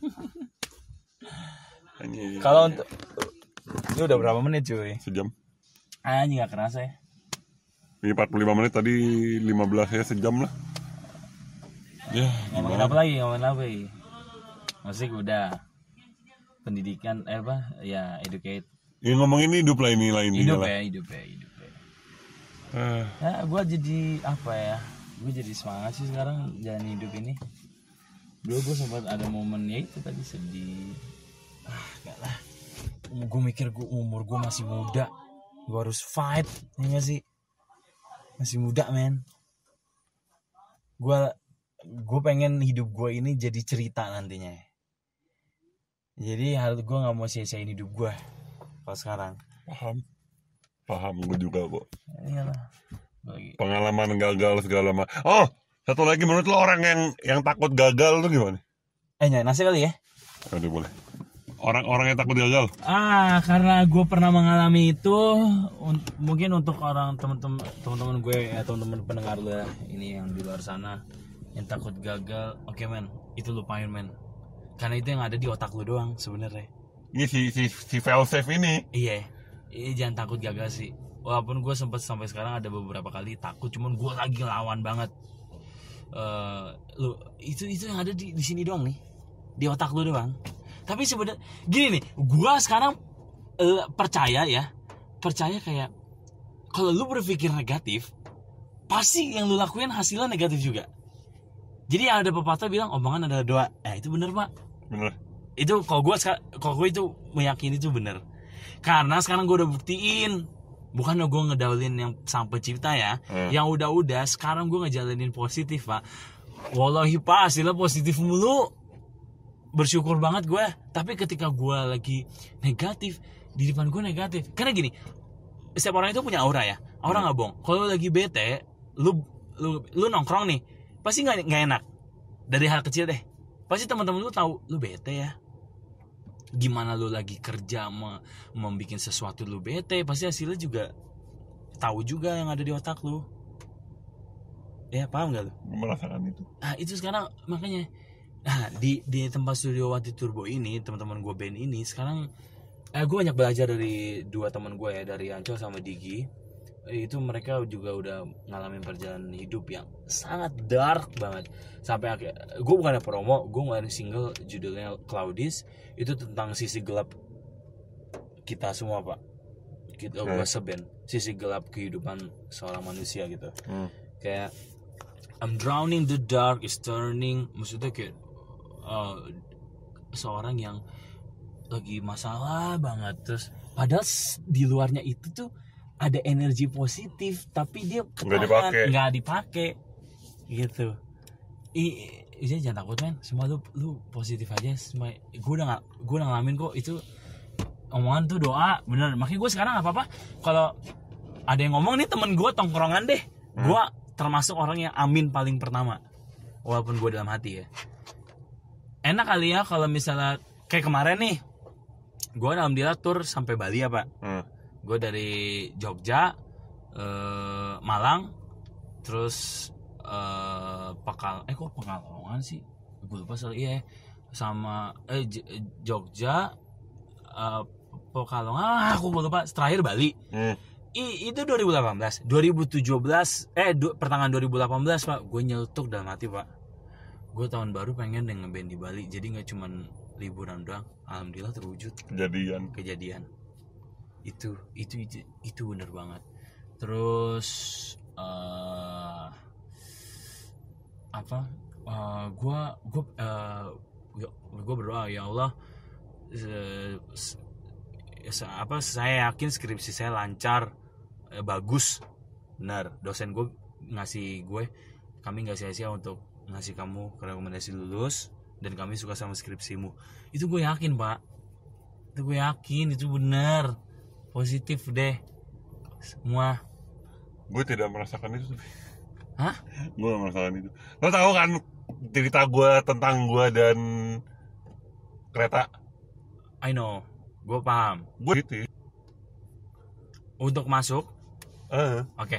Kalau untuk ini udah berapa menit cuy? Sejam. Anjing nggak kerasa ya. Ini 45 menit tadi 15 ya sejam lah. Ya, ngomongin apa lagi? Musik udah. Pendidikan ya educate. Ya ngomongin hidup lah ini lain hidup ya. Gue jadi apa ya? Gue jadi semangat sih sekarang jalan hidup ini. Dulu gue sempat ada momen ya itu tadi sedih. Enggak lah. Gue mikir umur gue masih muda. Gue harus fight, ya gak sih? Masih muda men. Gue pengen hidup gue ini jadi cerita nantinya. Jadi gue nggak mau sia-siain hidup gue kalau sekarang. Paham gue juga kok. Iyalah. Pengalaman gagal segala macam. Oh, satu lagi menurut lo orang yang takut gagal tuh gimana? Nasi kali ya? Aduh boleh. Orang-orang yang takut gagal. Karena gue pernah mengalami itu, mungkin untuk orang teman-teman gue ya teman-teman pendengar lo ya, ini yang di luar sana yang takut gagal, oke men, itu lupain men. Karena itu yang ada di otak lo doang sebenarnya. Ini si fail safe ini. Iya, jangan takut gagal sih. Walaupun gue sempat sampai sekarang ada beberapa kali takut, cuman gue lagi lawan banget. Itu yang ada di sini doang nih, di otak lo doang. Tapi sebenarnya gini nih, gue sekarang percaya kayak kalau lu berpikir negatif, pasti yang lu lakuin hasilnya negatif juga. Jadi ada pepatah bilang omongan adalah doa. Itu bener Pak. Bener. Itu kalau gue itu meyakini itu bener. Karena sekarang gue udah buktiin, bukan gue ngedaulin yang sang pencipta ya, yang udah sekarang gue ngejalanin positif Pak. Wallahi Pak, hasilnya positif mulu. Bersyukur banget gue. Tapi ketika gue lagi negatif, di depan gue negatif. Karena gini, setiap orang itu punya aura ya. Aura nggak bohong. Kalau lagi bete, lu nongkrong nih, pasti nggak enak. Dari hal kecil deh. Pasti teman-teman lu tahu lu bete ya. Gimana lu lagi kerja membuat sesuatu lu bete, pasti hasilnya juga tahu juga yang ada di otak lu. Ya paham gak lu? Merasakan itu. Itu sekarang makanya. Di tempat studio Wati Turbo ini, teman-teman gue band ini sekarang gue banyak belajar dari dua teman gue ya, dari Ancol sama Digi. Itu mereka juga udah ngalamin perjalanan hidup yang sangat dark banget. Sampai akhirnya gue bukannya promo, gue ngeluarin single judulnya Cloudis. Itu tentang sisi gelap kita semua Pak. Kita gue seband sisi gelap kehidupan seorang manusia gitu. Kayak I'm drowning, the dark is turning. Maksudnya kayak seorang yang lagi masalah banget, terus padahal di luarnya itu tuh ada energi positif tapi dia ketahan, nggak dipakai gitu. Iya, jangan takut men, semua lu positif aja. Semua gue udah ngalamin kok itu. Omongan tuh doa, bener. Makanya gue sekarang apa kalau ada yang ngomong nih, temen gue tongkrongan deh, gue termasuk orang yang amin paling pertama, walaupun gue dalam hati ya. Enak kali ya kalau misalnya kayak kemarin nih, gue alhamdulillah tur sampai Bali ya Pak. Gue dari Jogja, Malang, terus Pekalongan sih, gue lupa soal sama Jogja, Pekalongan, aku lupa, terakhir Bali. Itu 2018, 2017, pertengahan 2018 Pak, gue nyeletuk dalam hati Pak, gue tahun baru pengen deh ngeband di Bali, jadi nggak cuman liburan doang. Alhamdulillah terwujud, kejadian. Itu bener banget. Terus gue berdoa, ya Allah, saya yakin skripsi saya lancar, bagus, benar. Dosen gue kami nggak sia-sia untuk ngasih kamu rekomendasi lulus, dan kami suka sama skripsimu. Itu gue yakin Pak, itu benar, positif deh semua. Gue tidak merasakan itu. Hah? Gue gak merasakan itu. Lo tahu kan cerita gue tentang gue dan kereta? I know, gue paham. Gue gitu. Untuk masuk, oke.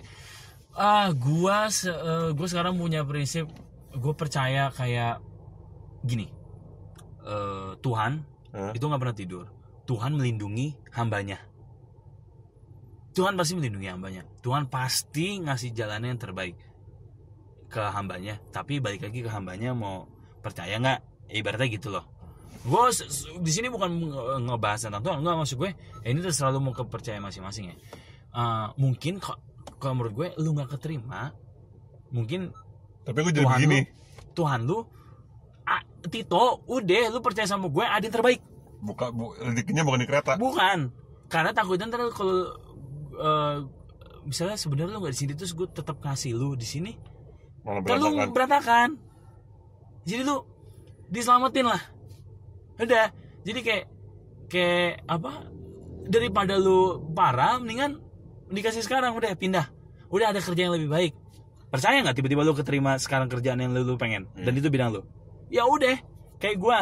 Gue sekarang punya prinsip, gue percaya kayak gini, Tuhan itu nggak pernah tidur. Tuhan melindungi hambanya. Tuhan pasti melindungi hambanya. Tuhan pasti ngasih jalannya yang terbaik ke hambanya. Tapi balik lagi ke hambanya mau percaya nggak? Ibaratnya gitu loh. Gue di sini bukan ngebahas tentang Tuhan, nggak, maksud gue ini tuh selalu mau kepercayaan masing-masing ya. Mungkin kalau menurut gue lu nggak keterima, mungkin. Tapi gue jadi begini. Tuhan lu, Tito, udah lu percaya sama gue, ada yang terbaik. Rezekinya bukan di kereta. Bukan, karena takutnya ntar kalau misalnya sebenarnya lu nggak di sini, terus gue tetap kasih lu di sini, lu berantakan. Jadi lu diselamatin lah. Udah, jadi kayak apa? Daripada lu parah, mendingan dikasih sekarang, udah pindah. Udah ada kerja yang lebih baik. Percaya nggak tiba-tiba lu keterima sekarang kerjaan yang lu pengen, dan itu bidang lu. Ya udah, kayak gua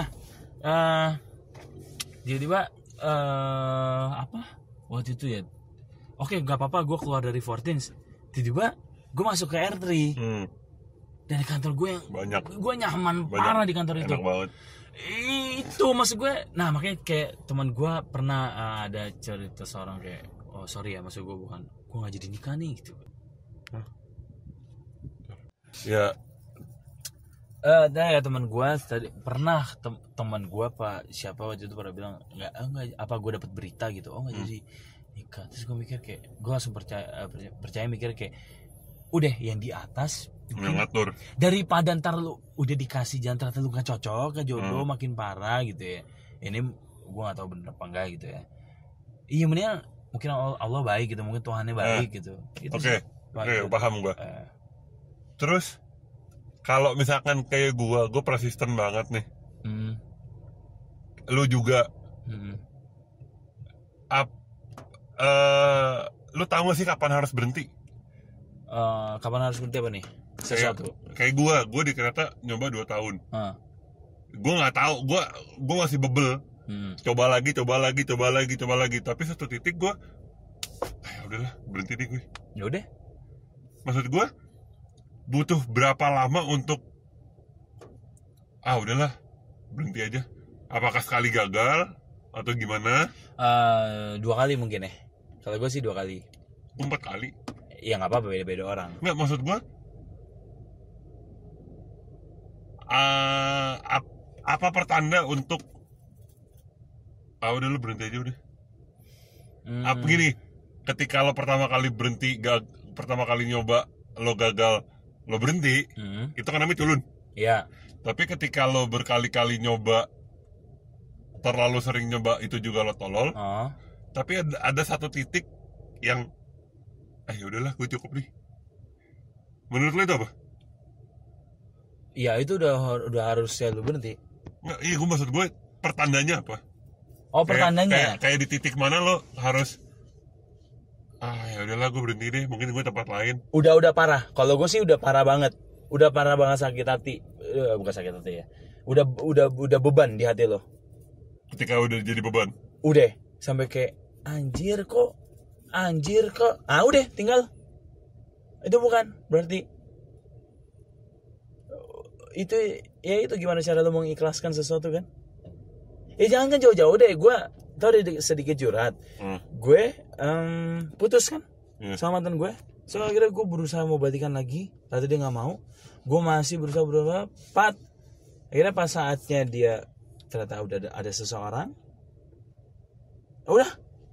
tiba-tiba waktu itu ya. Oke, nggak apa-apa, gue keluar dari 14, tiba-tiba gue masuk ke R3. Dan di kantor gue yang banyak, gue nyaman parah di kantor itu. Enak banget. Itu maksud gue. Nah makanya kayak teman gue pernah ada cerita seorang kayak, oh sorry ya, maksud gue bukan, gue nggak jadi nikah nih gitu. Ya. Ya teman gue tadi pernah, teman gue Pak siapa waktu itu pernah bilang nggak apa gue dapat berita gitu, nggak jadi nikah. Terus gue mikir kayak, gue langsung percaya mikir kayak, udah yang di atas yang ngatur, daripada ntar lu udah dikasih jalan ternyata lu gak cocok, gak jodoh, makin parah gitu ya. Ini gue gak tahu bener apa enggak gitu ya. Iya, mungkin Allah baik gitu, mungkin Tuhannya baik gitu. Oke, paham gue. Terus kalau misalkan kayak gue persisten banget nih, lu juga lu tahu gak sih kapan harus berhenti? Kapan harus berhenti apa nih? Sesuatu. Kayak gue di kereta nyoba 2 tahun. Gue nggak tahu, gue masih bebel. Coba lagi. Tapi satu titik gue, udahlah berhenti deh gue. Ya udah. Maksud gue, butuh berapa lama untuk udahlah berhenti aja? Apakah sekali gagal atau gimana? 2 kali mungkin ya. Kalau gue sih 2 kali. 4 kali. Ya nggak apa-apa, beda-beda orang. Nggak, maksud gue, apa pertanda untuk udah lu berhenti aja udah? Apa gini, ketika lo pertama kali berhenti, pertama kali nyoba lo gagal, lo berhenti, itu kan namanya culun. Iya. Tapi ketika lo berkali-kali nyoba terlalu sering nyoba itu juga lo tolol. Tapi ada satu titik yang udahlah gue cukup nih. Menurut lo itu apa? Ya itu udah harusnya lu berhenti. Nggak, iya gue maksud gue pertandanya apa? Pertandanya kayak di titik mana lo harus ya udahlah gue berhenti deh, mungkin gue tempat lain. Udah parah. Kalau gue sih udah parah banget. Udah parah banget sakit hati. Bukan sakit hati ya. Udah beban di hati lo. Ketika udah jadi beban. Udah sampai kayak anjir kok. Udah tinggal. Itu bukan berarti itu gimana cara lo mengikhlaskan sesuatu kan? Jangan kan jauh-jauh deh. Gue tau deh sedikit curhat. Gue putus kan sama mantan gue. So akhirnya gue berusaha mau balikan lagi, lalu dia nggak mau. Gue masih berusaha akhirnya pas saatnya dia ternyata udah ada seseorang. Udah.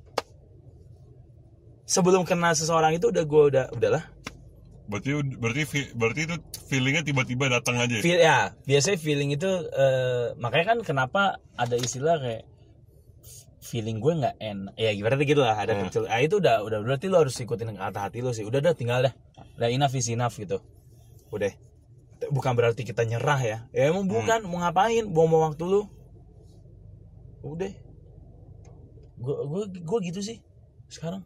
Sebelum kena seseorang itu udahlah. Berarti itu feelingnya tiba-tiba datang aja. Ya, biasanya feeling itu makanya kan kenapa ada istilah kayak feeling gue nggak enak. Ya gimana gitu lah, ada kecil. Itu udah berarti lo harus ikutin kata hati lo sih. Udah tinggal dah. Enough is enough gitu. Udah. Bukan berarti kita nyerah ya. Ya emang bukan, mau ngapain? Buang-buang waktu lu. Udah. Gue gitu sih sekarang.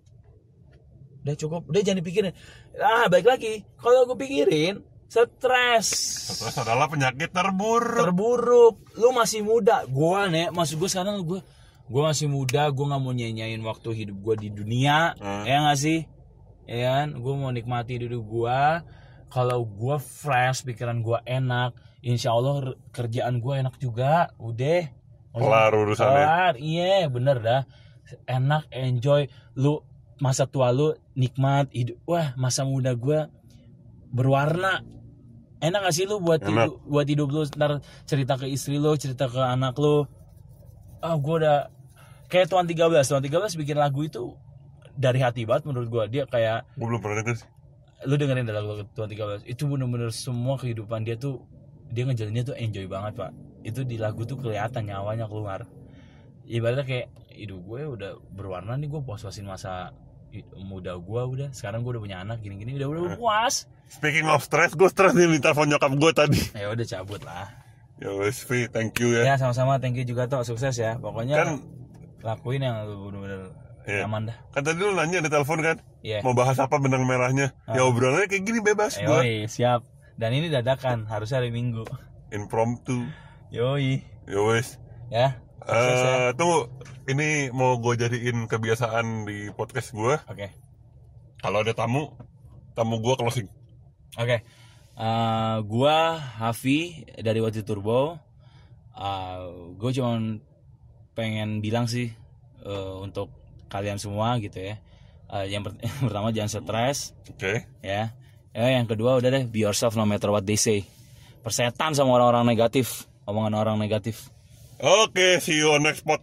Udah cukup, udah jangan dipikirin. Baik lagi, kalau gue pikirin stres adalah penyakit terburuk. Lu masih muda, maksud gue sekarang gue masih muda, gue nggak mau nyanyain waktu hidup gue di dunia, ya nggak sih, ya kan? Gue mau nikmati hidup gue. Kalau gue fresh, pikiran gue enak, insya Allah kerjaan gue enak juga, udah. Kelar urusannya. Iya bener dah, enak, enjoy lu. Masa tua lu nikmat hidup. Wah, masa muda gue berwarna. Enak gak sih lu buat hidup lu, ntar cerita ke istri lu, cerita ke anak lu. Gue udah kayak Tuan 13 bikin lagu itu dari hati banget menurut gue. Dia kayak, gue belum pernah denger sih. Lu dengerin lagu Tuan 13. Itu bener-bener semua kehidupan dia tuh, dia ngejalaninnya tuh enjoy banget pak. Itu di lagu tuh kelihatan nyawanya keluar. Ibaratnya kayak hidup gue udah berwarna nih, gue puas-puasin masa muda gue. Udah sekarang gue udah punya anak gini-gini, udah puas. Speaking of stress, gue stres nih di telepon nyokap gue tadi. Ya udah cabut lah. Ya wes, thank you ya. Ya sama-sama, thank you juga toh, sukses ya. Pokoknya kan lakuin yang bener-bener aman dah. Kan tadi lu nanya di telepon kan, mau bahas apa benang merahnya. Ya obrolannya kayak gini bebas. Yoi, siap. Dan ini dadakan, harusnya hari Minggu. Impromptu. Yoi. Ya wes. Ya. Tunggu, ini mau gue jadiin kebiasaan di podcast gue. Oke. Kalau ada tamu gue closing. Oke. Gue Hafi dari Wati Turbo. Gue cuma pengen bilang sih untuk kalian semua gitu ya. Yang pertama jangan stres. Oke. Ya. Yang kedua udah deh, be yourself no matter what they say. Persetan sama orang-orang negatif, omongan orang negatif. Oke, see you on next podcast.